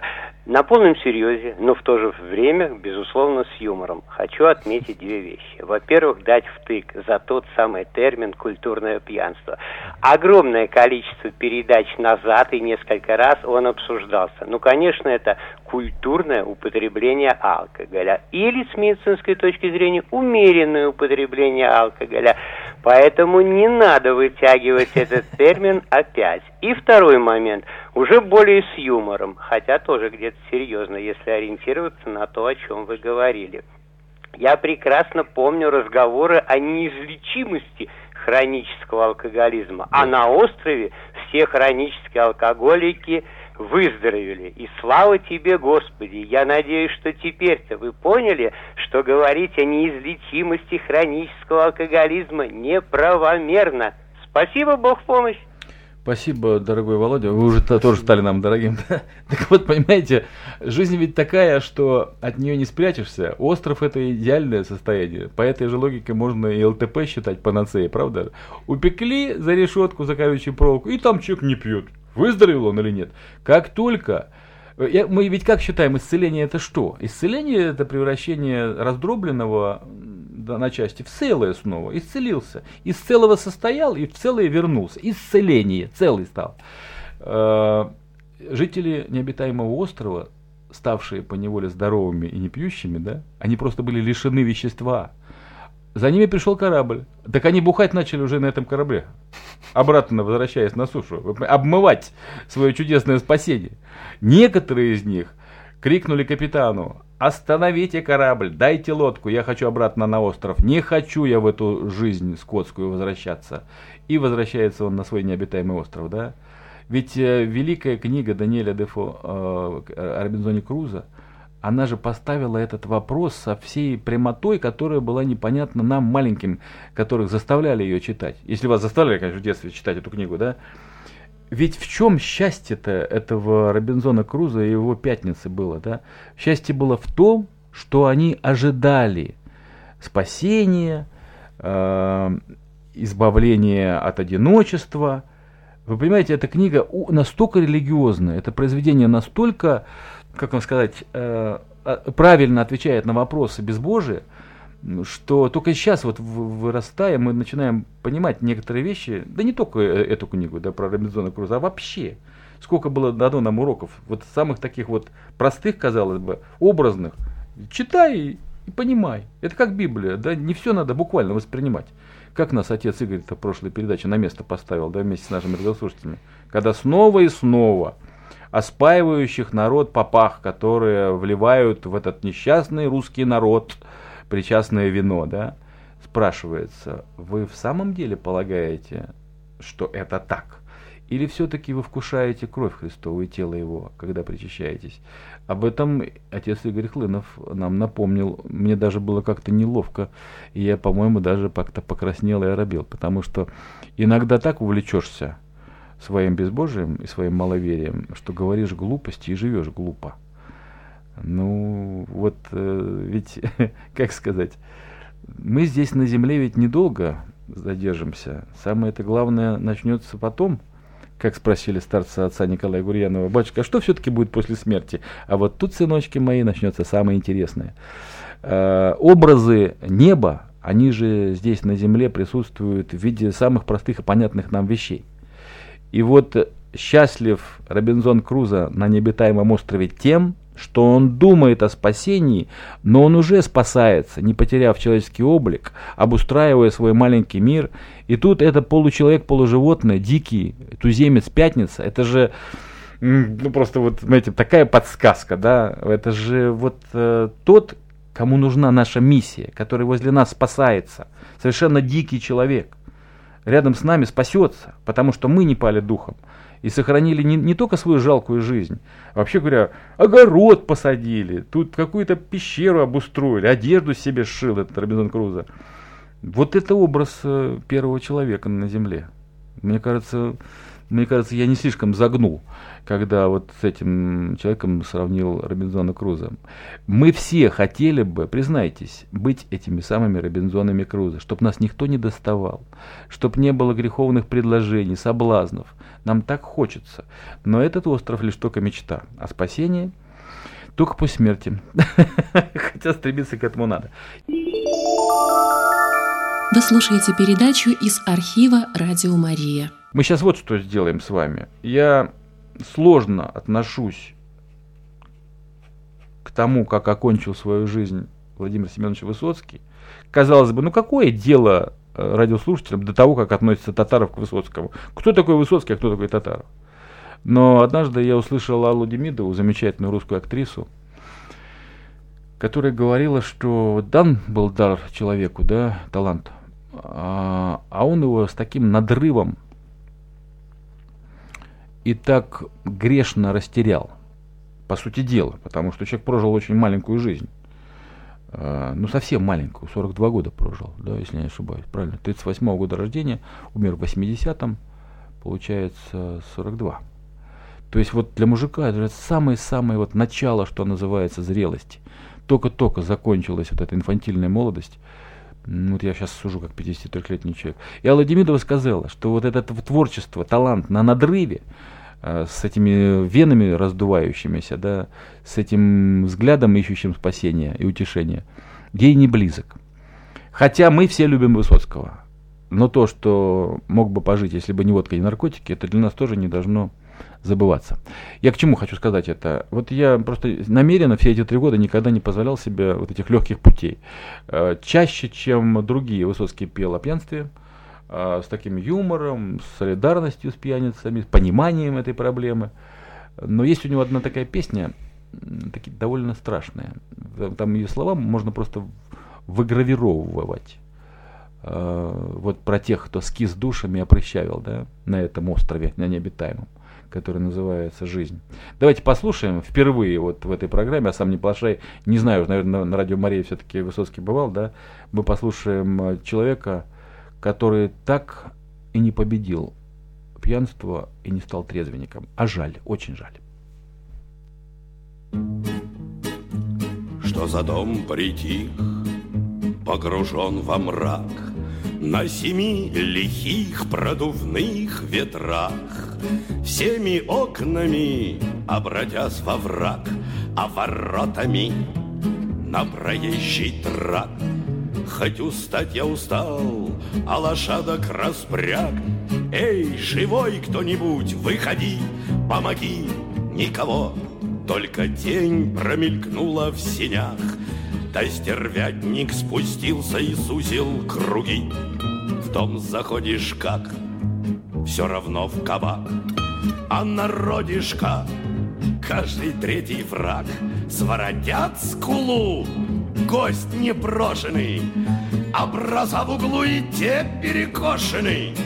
На полном серьезе, но в то же время, безусловно, с юмором, хочу отметить две вещи. Во-первых, дать втык за тот самый термин «культурное пьянство». Огромное количество передач назад, и несколько раз он обсуждался. Ну, конечно, это культурное употребление алкоголя. Или, с медицинской точки зрения, умеренное употребление алкоголя. Поэтому не надо вытягивать этот термин опять. И второй момент, уже более с юмором, хотя тоже где-то серьезно, если ориентироваться на то, о чем вы говорили. Я прекрасно помню разговоры о неизлечимости хронического алкоголизма, а на острове все хронические алкоголики выздоровели. И слава тебе, Господи! Я надеюсь, что теперь-то вы поняли, что говорить о неизлечимости хронического алкоголизма неправомерно. Спасибо, Бог в помощь! Спасибо, дорогой Володя. Вы уже тоже стали нам дорогим. Так вот, понимаете, жизнь ведь такая, что от нее не спрячешься. Остров — это идеальное состояние. По этой же логике можно и эл тэ пэ считать панацеей, правда? Упекли за решетку, за колючую проволоку, и там человек не пьет. Выздоровел он или нет? Как только... Я, мы ведь как считаем, исцеление это что? Исцеление это превращение раздробленного да, на части в целое снова. Исцелился. Из целого состоял и в целое вернулся. Исцеление. Целый стал. Э, жители необитаемого острова, ставшие поневоле здоровыми и не пьющими, да, они просто были лишены вещества. За ними пришел корабль. Так они бухать начали уже на этом корабле. Обратно возвращаясь на сушу. Обмывать свое чудесное спасение. Некоторые из них крикнули капитану: остановите корабль, дайте лодку, я хочу обратно на остров. Не хочу я в эту жизнь скотскую возвращаться. И возвращается он на свой необитаемый остров. Да? Ведь э, великая книга Даниэля Дефо э, о Робинзоне Крузо, она же поставила этот вопрос со всей прямотой, которая была непонятна нам, маленьким, которых заставляли ее читать. Если вас заставляли, конечно, в детстве читать эту книгу, да? Ведь в чем счастье-то этого Робинзона Крузо и его пятницы было, да? Счастье было в том, что они ожидали спасения, э, избавления от одиночества. Вы понимаете, эта книга настолько религиозная, это произведение настолько, как вам сказать, э, правильно отвечает на вопросы безбожия, что только сейчас, вот вырастая, мы начинаем понимать некоторые вещи, да не только эту книгу, да, про Робинзона Крузо, а вообще. Сколько было дано нам уроков, вот самых таких вот простых, казалось бы, образных. Читай и, и понимай. Это как Библия, да, не все надо буквально воспринимать. Как нас отец Игорь-то в прошлой передаче на место поставил, да, вместе с нашими радиослушателями. Когда снова и снова оспаивающих народ попах, которые вливают в этот несчастный русский народ причастное вино, да, спрашивается: вы в самом деле полагаете, что это так? Или все-таки вы вкушаете кровь Христову и тело Его, когда причащаетесь? Об этом отец Игорь Хлынов нам напомнил. Мне даже было как-то неловко, и я, по-моему, даже как-то покраснел и оробел, потому что иногда так увлечешься своим безбожием и своим маловерием, что говоришь глупости и живешь глупо. Ну, вот э, ведь, как сказать, мы здесь на земле ведь недолго задержимся. Самое это главное начнется потом, как спросили старца отца Николая Гурьянова: батюшка, а что все-таки будет после смерти? А вот тут, сыночки мои, начнется самое интересное. Э, образы неба, они же здесь на земле присутствуют в виде самых простых и понятных нам вещей. И вот счастлив Робинзон Крузо на необитаемом острове тем, что он думает о спасении, но он уже спасается, не потеряв человеческий облик, обустраивая свой маленький мир. И тут это получеловек, полуживотное, дикий туземец Пятница, это же ну, просто вот, знаете, такая подсказка, да, это же вот э, тот, кому нужна наша миссия, который возле нас спасается, совершенно дикий человек, рядом с нами спасется, потому что мы не пали духом. И сохранили не, не только свою жалкую жизнь, а вообще говоря, огород посадили, тут какую-то пещеру обустроили, одежду себе сшил этот Робинзон Крузо. Вот это образ первого человека на земле. Мне кажется, мне кажется, я не слишком загнул, когда вот с этим человеком сравнил Робинзона Крузо. Мы все хотели бы, признайтесь, быть этими самыми Робинзонами Крузо, чтобы нас никто не доставал, чтобы не было греховных предложений, соблазнов. Нам так хочется. Но этот остров лишь только мечта. А спасение? Только по смерти. Хотя стремиться к этому надо. Вы слушаете передачу из архива «Радио Мария». Мы сейчас вот что сделаем с вами. Я сложно отношусь к тому, как окончил свою жизнь Владимир Семенович Высоцкий. Казалось бы, ну какое дело радиослушателям до того, как относится Татаров к Высоцкому? Кто такой Высоцкий, а кто такой Татаров? Но однажды я услышал Аллу Демидову, замечательную русскую актрису, которая говорила, что дан был дар человеку, да, талант, а, а он его с таким надрывом и так грешно растерял, по сути дела, потому что человек прожил очень маленькую жизнь, а, ну совсем маленькую, сорок два года прожил, да, если я не ошибаюсь, правильно, тридцать восьмого года рождения, умер в восьмидесятом, получается сорок два. То есть вот для мужика это самое-самое вот начало, что называется, зрелости. Только-только закончилась вот эта инфантильная молодость. Вот я сейчас сужу как пятидесятитрёхлетний человек. И Алла Демидова сказала, что вот это творчество, талант на надрыве, э, с этими венами раздувающимися, да, с этим взглядом, ищущим спасения и утешения, ей не близок. Хотя мы все любим Высоцкого. Но то, что мог бы пожить, если бы не водка и наркотики, это для нас тоже не должно забываться. Я к чему хочу сказать это? Вот я просто намеренно все эти три года никогда не позволял себе вот этих легких путей. Чаще, чем другие, Высоцкий пел о пьянстве, с таким юмором, с солидарностью с пьяницами, с пониманием этой проблемы. Но есть у него одна такая песня, таки, довольно страшная. Там ее слова можно просто выгравировывать. Вот про тех, кто скис душами опрыщавил, да, на этом острове, на необитаемом, который называется «Жизнь». Давайте послушаем впервые вот в этой программе, а сам не плашай, не знаю, наверное, на радио Мария все-таки Высоцкий бывал, да, мы послушаем человека, который так и не победил пьянство и не стал трезвенником. А жаль, очень жаль. Что за дом притих, погружен во мрак, на семи лихих продувных ветрах, всеми окнами обратясь во враг, а воротами на проезжий трак. Хоть устать я устал, а лошадок распряг. Эй, живой кто-нибудь, выходи, помоги. Никого, только тень промелькнула в сенях. Да стервятник спустился и сузил круги. В дом заходишь как, все равно в кабак. А народишка, каждый третий враг, своротят скулу, гость непрошенный, образа в углу и те перекошены.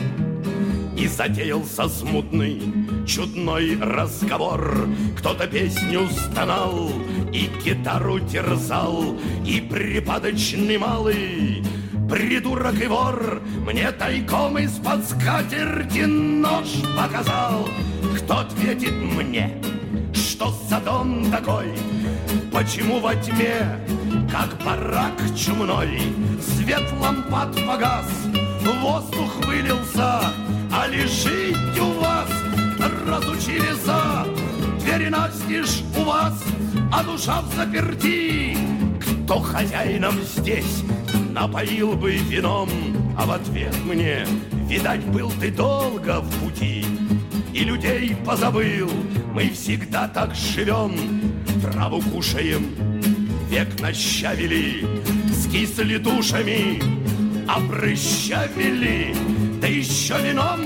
И затеялся смутный, чудной разговор. Кто-то песню стонал и гитару терзал, и припадочный малый придурок и вор мне тайком из-под скатерти нож показал. Кто ответит мне, что за дом такой? Почему во тьме, как барак чумной, свет лампад погас, воздух вылился, а лежите у вас, разучили за двери настежь у вас, а душа в заперти. Кто хозяином здесь напоил бы вином, а в ответ мне, видать, был ты долго в пути и людей позабыл. Мы всегда так живем, траву кушаем, век нащавили, скисли душами, а прыщавили, да еще вином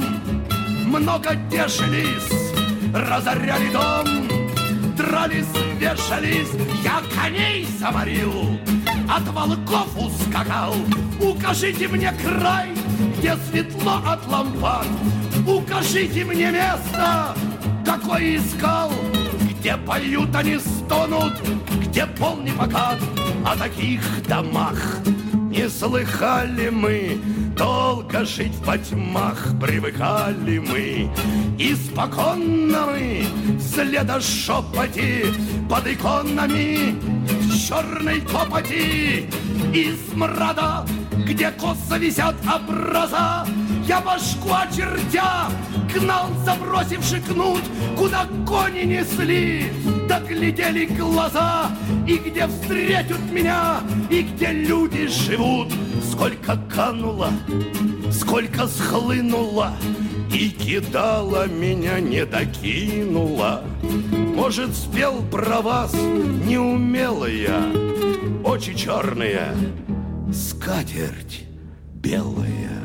много тежились, разоряли дом, дрались, вешались. Я коней заморил, от волков ускакал. Укажите мне край, где светло от лампад. Укажите мне место, какое искал, где поют они, стонут, где полный покат. О таких домах не слыхали мы, долго жить в потьмах привыкали мы. Испоконно мы следошепоти под иконами в черной копоти. И смрада, где косо висят образа, я башку очертя гнал, забросивши кнут, куда кони несли. Да глядели глаза, и где встретят меня, и где люди живут. Сколько кануло, сколько схлынуло, и кидала меня, не докинула. Может, спел про вас неумелая, очи черные, скатерть белая.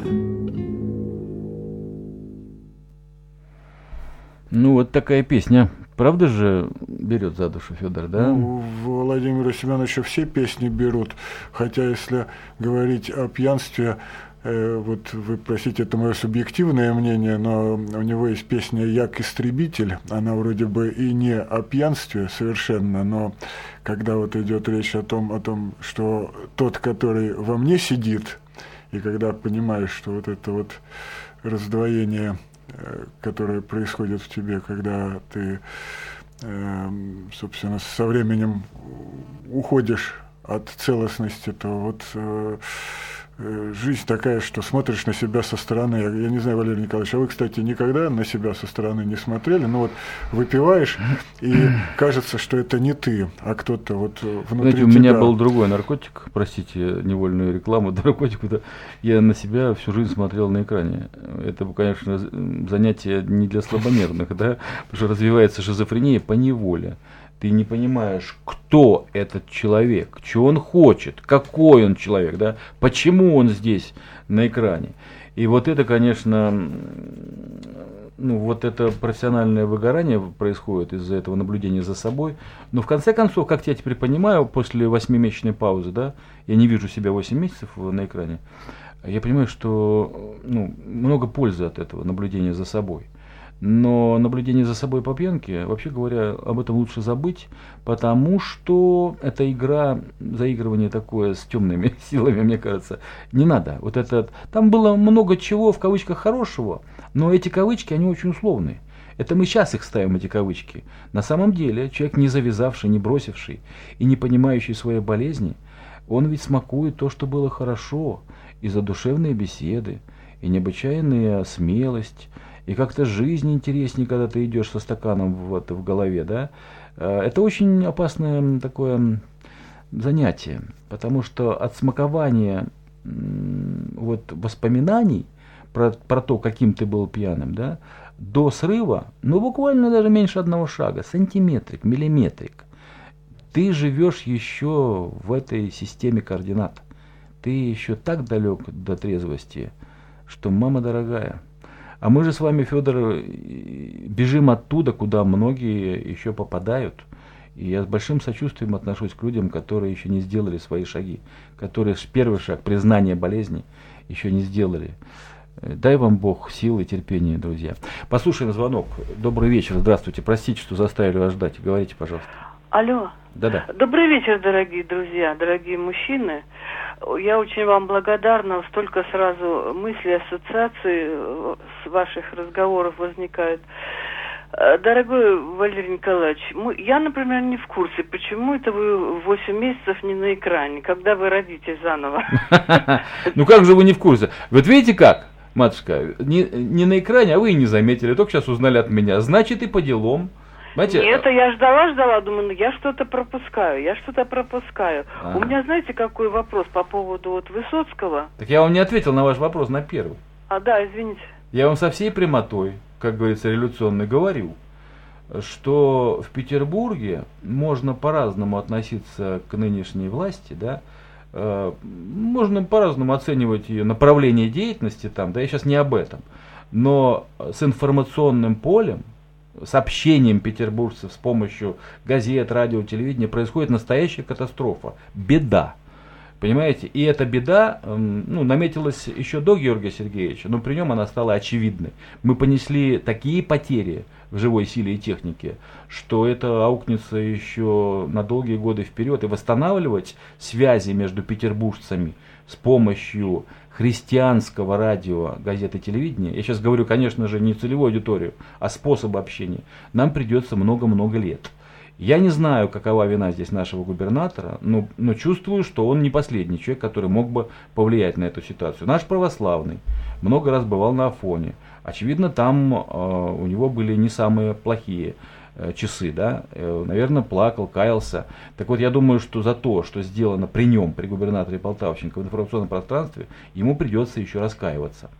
Ну, вот такая песня. Правда же берет за душу, Федор, да? Ну, Владимира Семеновича все песни берут. Хотя, если говорить о пьянстве, э, вот вы простите, это мое субъективное мнение, но у него есть песня «Як истребитель». Она вроде бы и не о пьянстве совершенно, но когда вот идет речь о том, о том, что тот, который во мне сидит, и когда понимаешь, что вот это вот раздвоение, которое происходит в тебе, когда ты, э, собственно, со временем уходишь от целостности, то вот э, э, жизнь такая, что смотришь на себя со стороны. Я, я не знаю, Валерий Николаевич, а вы, кстати, никогда на себя со стороны не смотрели? Ну вот выпиваешь, и кажется, что это не ты, а кто-то вот внутри Знаете, у тебя. меня был другой наркотик, простите невольную рекламу, наркотику-то, я на себя всю жизнь смотрел на экране. Это, конечно, занятие не для слабонервных, да, потому что развивается шизофрения по неволе. Ты не понимаешь, кто этот человек, что он хочет, какой он человек, да, почему он здесь на экране. И вот это, конечно, ну, вот это профессиональное выгорание происходит из-за этого наблюдения за собой. Но в конце концов, как я теперь понимаю, после восьмимесячной паузы, да, я не вижу себя восемь месяцев на экране, я понимаю, что ну, много пользы от этого наблюдения за собой. Но наблюдение за собой по пьянке, вообще говоря, об этом лучше забыть, потому что это игра, заигрывание такое с темными силами, мне кажется, не надо. Вот это, там было много чего, в кавычках, хорошего, но эти кавычки, они очень условные. Это мы сейчас их ставим, эти кавычки. На самом деле, человек, не завязавший, не бросивший и не понимающий своей болезни, он ведь смакует то, что было хорошо, и задушевные беседы, и необычайная смелость, и как-то жизнь интереснее, когда ты идешь со стаканом вот в голове, да. Это очень опасное такое занятие, потому что от смакования вот воспоминаний про, про то, каким ты был пьяным, да, до срыва, ну буквально даже меньше одного шага, сантиметрик, миллиметрик. Ты живешь еще в этой системе координат. Ты еще так далек до трезвости, что, мама дорогая. А мы же с вами, Федор, бежим оттуда, куда многие еще попадают. И я с большим сочувствием отношусь к людям, которые еще не сделали свои шаги, которые первый шаг, признание болезни, еще не сделали. Дай вам Бог сил и терпения, друзья. Послушаем звонок. Добрый вечер, здравствуйте. Простите, что заставили вас ждать. Говорите, пожалуйста. Алло. Да-да. Добрый вечер, дорогие друзья, дорогие мужчины. Я очень вам благодарна. Столько сразу мыслей, ассоциаций с ваших разговоров возникает. Дорогой Валерий Николаевич, я, например, не в курсе, почему это вы восемь месяцев не на экране, когда вы родитесь заново. Ну как же вы не в курсе? Вот видите как, матушка, не, не на экране, а вы и не заметили, только сейчас узнали от меня. Значит, и по делам. Знаете, Нет, я ждала, ждала, думаю, ну я что-то пропускаю, я что-то пропускаю. А. У меня, знаете, какой вопрос по поводу вот Высоцкого? Так я вам не ответил на ваш вопрос, на первый. А, да, извините. Я вам со всей прямотой, как говорится, революционной, говорю, что в Петербурге можно по-разному относиться к нынешней власти, да, э, можно по-разному оценивать ее направление деятельности там, да, я сейчас не об этом, но с информационным полем, с общением петербуржцев с помощью газет, радио, телевидения происходит настоящая катастрофа, беда. Понимаете? И эта беда ну, наметилась еще до Георгия Сергеевича, но при нем она стала очевидной. Мы понесли такие потери в живой силе и технике, что это аукнется еще на долгие годы вперед. И восстанавливать связи между петербуржцами с помощью христианского радио, газеты, телевидения, я сейчас говорю, конечно же, не целевую аудиторию, а способ общения, нам придется много-много лет. Я не знаю, какова вина здесь нашего губернатора, но, но чувствую, что он не последний человек, который мог бы повлиять на эту ситуацию. Наш православный много раз бывал на Афоне. Очевидно, там э, у него были не самые плохие э, часы, да, э, наверное, плакал, каялся. Так вот, я думаю, что за то, что сделано при нем, при губернаторе Полтавченко в информационном пространстве, ему придется еще раскаиваться.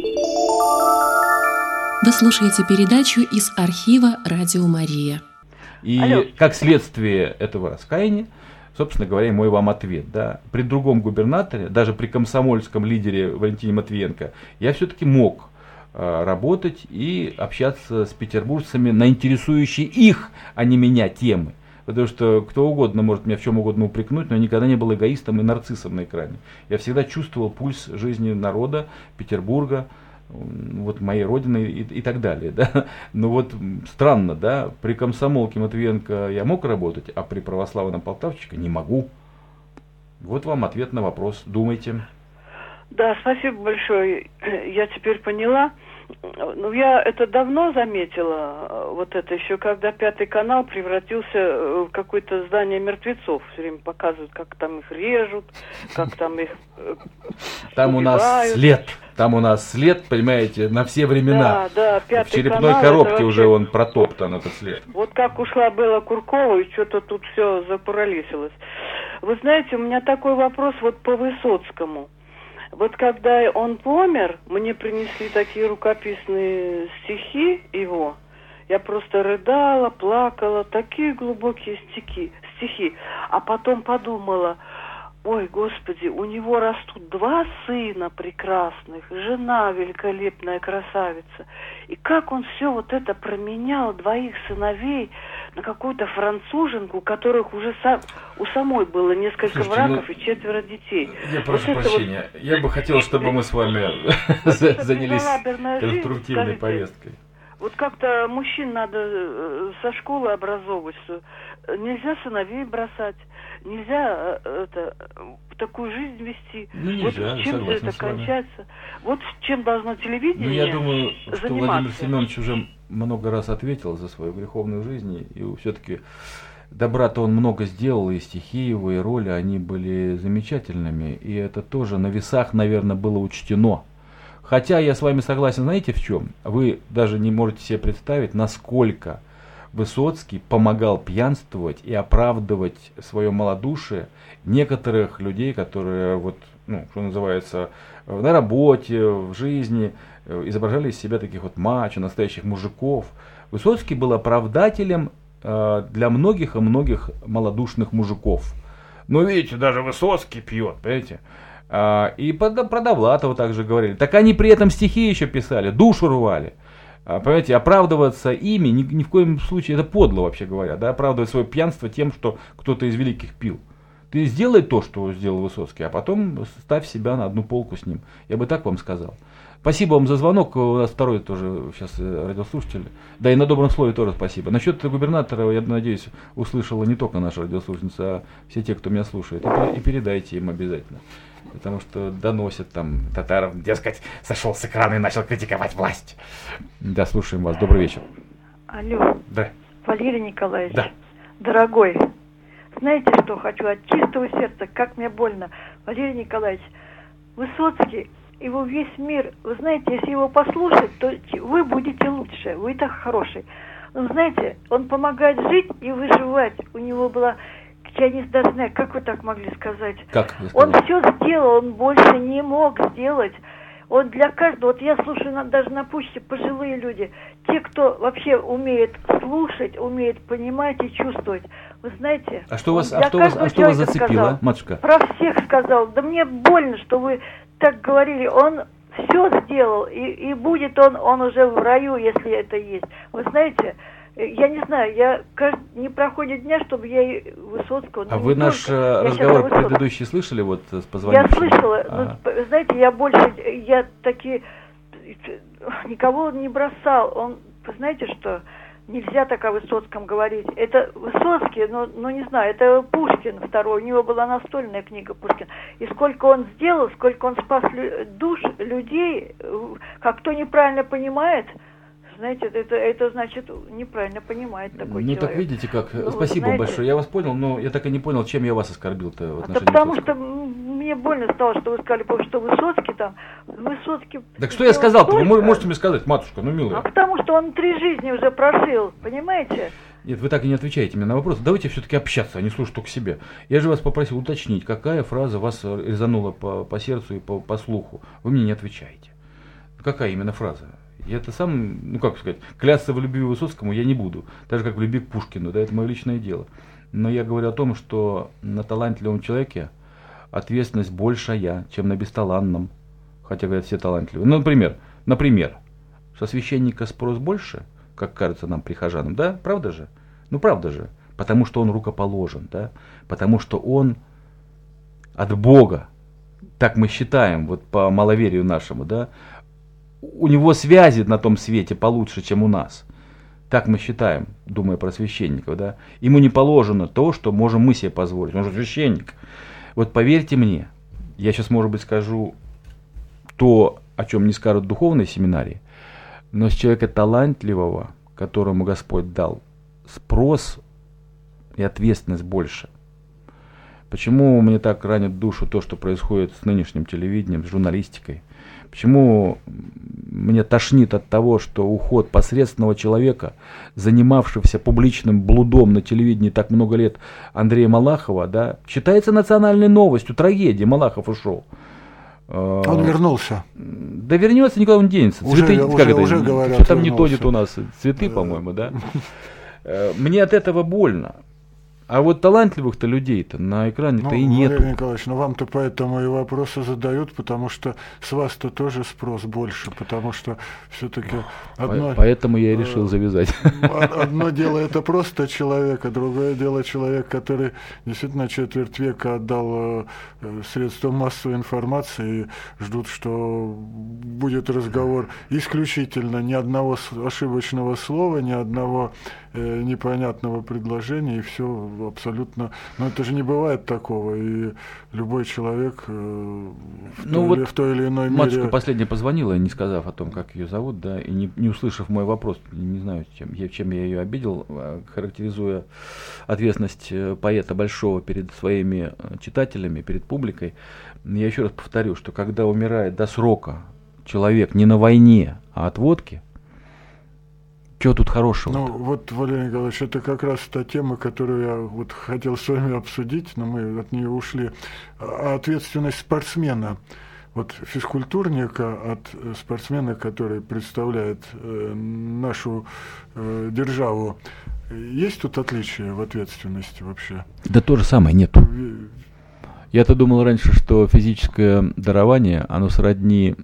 Вы слушаете передачу из архива «Радио Мария». И Алло. как следствие этого раскаяния, собственно говоря, мой вам ответ. Да, при другом губернаторе, даже при комсомольском лидере Валентине Матвиенко, я все-таки мог э, работать и общаться с петербуржцами на интересующие их, а не меня, темы. Потому что кто угодно может меня в чем угодно упрекнуть, но я никогда не был эгоистом и нарциссом на экране. Я всегда чувствовал пульс жизни народа, Петербурга, вот моей родины и, и так далее, да. Но вот странно, да, при комсомолке Матвиенко я мог работать, а при православном Полтавчике не могу. Вот вам ответ на вопрос. Думайте. Да, спасибо большое. Я теперь поняла. Ну, я это давно заметила, вот это еще, когда Пятый канал превратился в какое-то здание мертвецов. Все время показывают, как там их режут, как там их Там убивают. У нас след, там у нас след, понимаете, на все времена. Да, да, Пятый в черепной канал, коробке вообще... уже он протоптан, этот след. Вот как ушла Белла Куркова, и что-то тут все запуралисилось. Вы знаете, у меня такой вопрос вот по Высоцкому. Вот когда он помер, мне принесли такие рукописные стихи его. Я просто рыдала, плакала, такие глубокие стихи, стихи. А потом подумала, ой, Господи, у него растут два сына прекрасных, жена великолепная красавица. И как он все вот это променял, двоих сыновей, на какую-то француженку, у которых уже сам, у самой было несколько Слушайте, врагов ну, и четверо детей. Я вот прошу прощения, вот... я бы хотел, чтобы мы с вами занялись конструктивной повесткой. Вот как-то мужчин надо со школы образовывать, что нельзя сыновей бросать, нельзя это, такую жизнь вести. Ну, нельзя, вот чем это кончается? Вот чем должно телевидение заниматься? Ну, я думаю, что заниматься. Владимир Семенович уже много раз ответил за свою греховную жизнь, и все-таки добра-то он много сделал, и стихи его, и роли, они были замечательными, и это тоже на весах, наверное, было учтено. Хотя я с вами согласен, знаете в чем? Вы даже не можете себе представить, насколько Высоцкий помогал пьянствовать и оправдывать свое малодушие некоторых людей, которые, вот, ну, что называется, на работе, в жизни, изображали из себя таких вот мачо, настоящих мужиков. Высоцкий был оправдателем э, для многих и многих малодушных мужиков. Но видите, даже Высоцкий пьет, понимаете? И про Довлатова также говорили. Так они при этом стихи еще писали, душу рвали. Понимаете, оправдываться ими ни, ни в коем случае, это подло вообще говоря, да, оправдывать свое пьянство тем, что кто-то из великих пил. Ты сделай то, что сделал Высоцкий, а потом ставь себя на одну полку с ним. Я бы так вам сказал. Спасибо вам за звонок. У нас второй тоже сейчас радиослушатель. Да и на добром слове тоже спасибо. Насчет губернатора, я надеюсь, услышала не только наша радиослушательница, а все те, кто меня слушает. И передайте им обязательно. Потому что доносят там Татаров, дескать, сошел с экрана и начал критиковать власть. Да, слушаем вас. Добрый вечер. Алло. Да. Валерий Николаевич. Да. Дорогой, знаете, что хочу от чистого сердца, как мне больно. Валерий Николаевич, Высоцкий, его весь мир, вы знаете, если его послушать, то вы будете лучше, вы и так хороший. Но знаете, он помогает жить и выживать. У него была... Я не даже знаю, как вы так могли сказать. Как? Он все сделал, он больше не мог сделать. Он для каждого, вот я слушаю на, даже на почте пожилые люди, те, кто вообще умеет слушать, умеет понимать и чувствовать. Вы знаете, а что вас, а что вас, а что вас зацепило, сказал, матушка? Про всех сказал. Да мне больно, что вы так говорили. Он все сделал, и, и будет он, он уже в раю, если это есть. Вы знаете, я не знаю, я не проходит дня, чтобы я Высоцкого... А вы наш только, разговор предыдущий слышали, вот с позвонившим? Я слышала, ага. но, знаете, я больше, я такие, никого не бросал. Он, знаете что, нельзя так о Высоцком говорить. Это Высоцкий, ну, ну не знаю, это Пушкин второй, у него была настольная книга Пушкин. И сколько он сделал, сколько он спас лю- душ людей, как кто неправильно понимает, знаете, это, это значит неправильно понимает такой ну, человек. Ну так видите как. Ну, Спасибо знаете, большое, я вас понял, но я так и не понял, чем я вас оскорбил-то в а отношении то потому Высоцкого. что мне больно стало, что вы сказали, что Высоцкий там, Высоцкий... Так что я сказал-то? Вы столько, можете мне сказать, матушка, ну милая. А потому что он три жизни уже прожил, понимаете? Нет, вы так и не отвечаете мне на вопрос. Давайте все-таки общаться, а не слушать только себя. Я же вас попросил уточнить, какая фраза вас резанула по, по сердцу и по, по слуху. Вы мне не отвечаете. Какая именно фраза? Я это сам, ну как сказать, клясться в любви к Высоцкому я не буду. Так же, как в любви к Пушкину, да, это мое личное дело. Но я говорю о том, что на талантливом человеке ответственность большая, чем на бесталанном. Хотя, говорят, все талантливые. Ну, например, например, со священника спрос больше, как кажется нам, прихожанам, да? Правда же? Ну, правда же. Потому что он рукоположен, да? Потому что он от Бога, так мы считаем, вот по маловерию нашему, да? У него связи на том свете получше, чем у нас. Так мы считаем, думая про священников, да? Ему не положено то, что можем мы себе позволить. Он же священник. Вот поверьте мне, я сейчас, может быть, скажу то, о чем не скажут в духовной семинарии, но с человека талантливого, которому Господь дал спрос и ответственность больше. Почему мне так ранит душу то, что происходит с нынешним телевидением, с журналистикой? Почему мне тошнит от того, что уход посредственного человека, занимавшегося публичным блудом на телевидении так много лет, Андрея Малахова, да, считается национальной новостью, трагедией. Малахов ушел. Он вернулся. Да вернется, никуда он денется. Уже, Цветы, уже, как это, уже говорят, что там вернулся. не тонет у нас? Цветы, по-моему, да? Мне от этого больно. А вот талантливых-то людей-то на экране-то ну, и нет. Валерий Николаевич, ну вам-то поэтому и вопросы задают, потому что с вас-то тоже спрос больше, потому что все-таки одно... Поэтому я и решил завязать. Одно дело это просто человек, а другое дело человек, который действительно четверть века отдал средствам массовой информации и ждут, что будет разговор исключительно ни одного ошибочного слова, ни одного э, непонятного предложения, и все абсолютно... Но это же не бывает такого, и любой человек э, в, ну той вот или, в той или иной матушка мере... последняя позвонила, не сказав о том, как ее зовут, да, и не, не услышав мой вопрос, не знаю, чем я, чем я ее обидел, характеризуя ответственность поэта большого перед своими читателями, перед публикой. Я еще раз повторю, что когда умирает до срока человек не на войне, а от водки, чего тут хорошего? Ну, вот, Валерий Николаевич, это как раз та тема, которую я вот хотел с вами обсудить, но мы от нее ушли. А ответственность спортсмена. Вот физкультурника от спортсмена, который представляет э, нашу э, державу. Есть тут отличия в ответственности вообще? Да то же самое нету. Я-то думал раньше, что физическое дарование, оно сродни...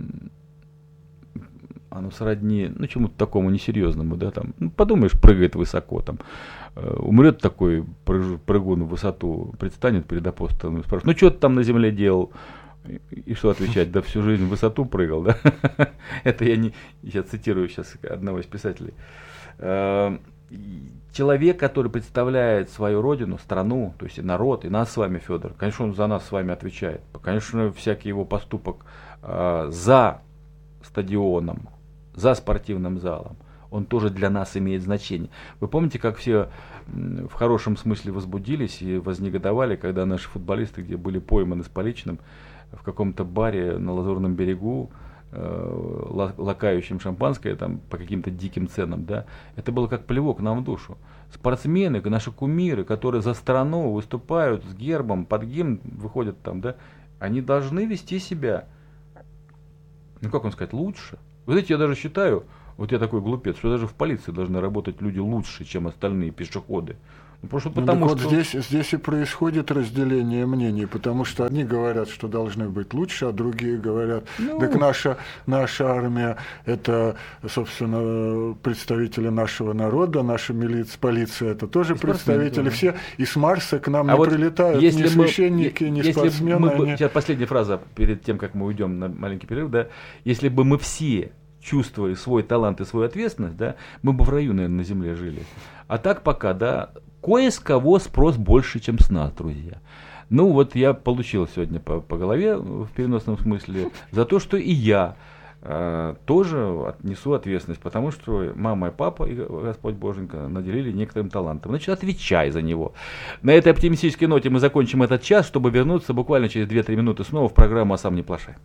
Оно сродни, ну, чему-то такому несерьезному, да, там, ну, подумаешь, прыгает высоко, там, э, умрет такой прыг, прыгун в высоту, предстанет перед апостолом и спрашивает, ну, что ты там на земле делал? И, и что отвечать, да всю жизнь в высоту прыгал, да? Это я не, я цитирую сейчас одного из писателей. Э, человек, который представляет свою родину, страну, то есть и народ, и нас с вами, Федор, конечно, он за нас с вами отвечает, конечно, всякий его поступок э, за стадионом, за спортивным залом, он тоже для нас имеет значение. Вы помните, как все в хорошем смысле возбудились и вознегодовали, когда наши футболисты, где были пойманы с поличным, в каком-то баре на Лазурном берегу, э, лакающим шампанское там, по каким-то диким ценам, да, это было как плевок нам в душу. Спортсмены, наши кумиры, которые за страну выступают с гербом, под гимн выходят там, да, они должны вести себя, ну как вам сказать, лучше. Вы знаете, я даже считаю, вот я такой глупец, что даже в полиции должны работать люди лучше, чем остальные пешеходы. Ну, просто ну, потому, так что... вот здесь, здесь и происходит разделение мнений, потому что одни говорят, что должны быть лучше, а другие говорят, ну... так наша, наша армия это, собственно, представители нашего народа, наша милиция, полиция это тоже представители, все, и с Марса к нам а не вот прилетают ни мы, священники, ни спортсмены. Мы, они... Сейчас последняя фраза перед тем, как мы уйдем на маленький перерыв, да, если бы мы все чувствовали свой талант и свою ответственность, да, мы бы в раю, наверное, на земле жили. А так пока, да, кое с кого спрос больше, чем с нас, друзья. Ну вот я получил сегодня по, по голове в переносном смысле за то, что и я тоже несу ответственность, потому что мама и папа, и Господь Боженька, наделили некоторым талантом. Значит, отвечай за него. На этой оптимистической ноте мы закончим этот час, чтобы вернуться буквально через две-три минуты снова в программу «А сам не плашай».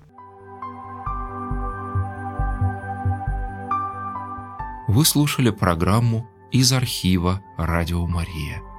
Вы слушали программу из архива «Радио Мария».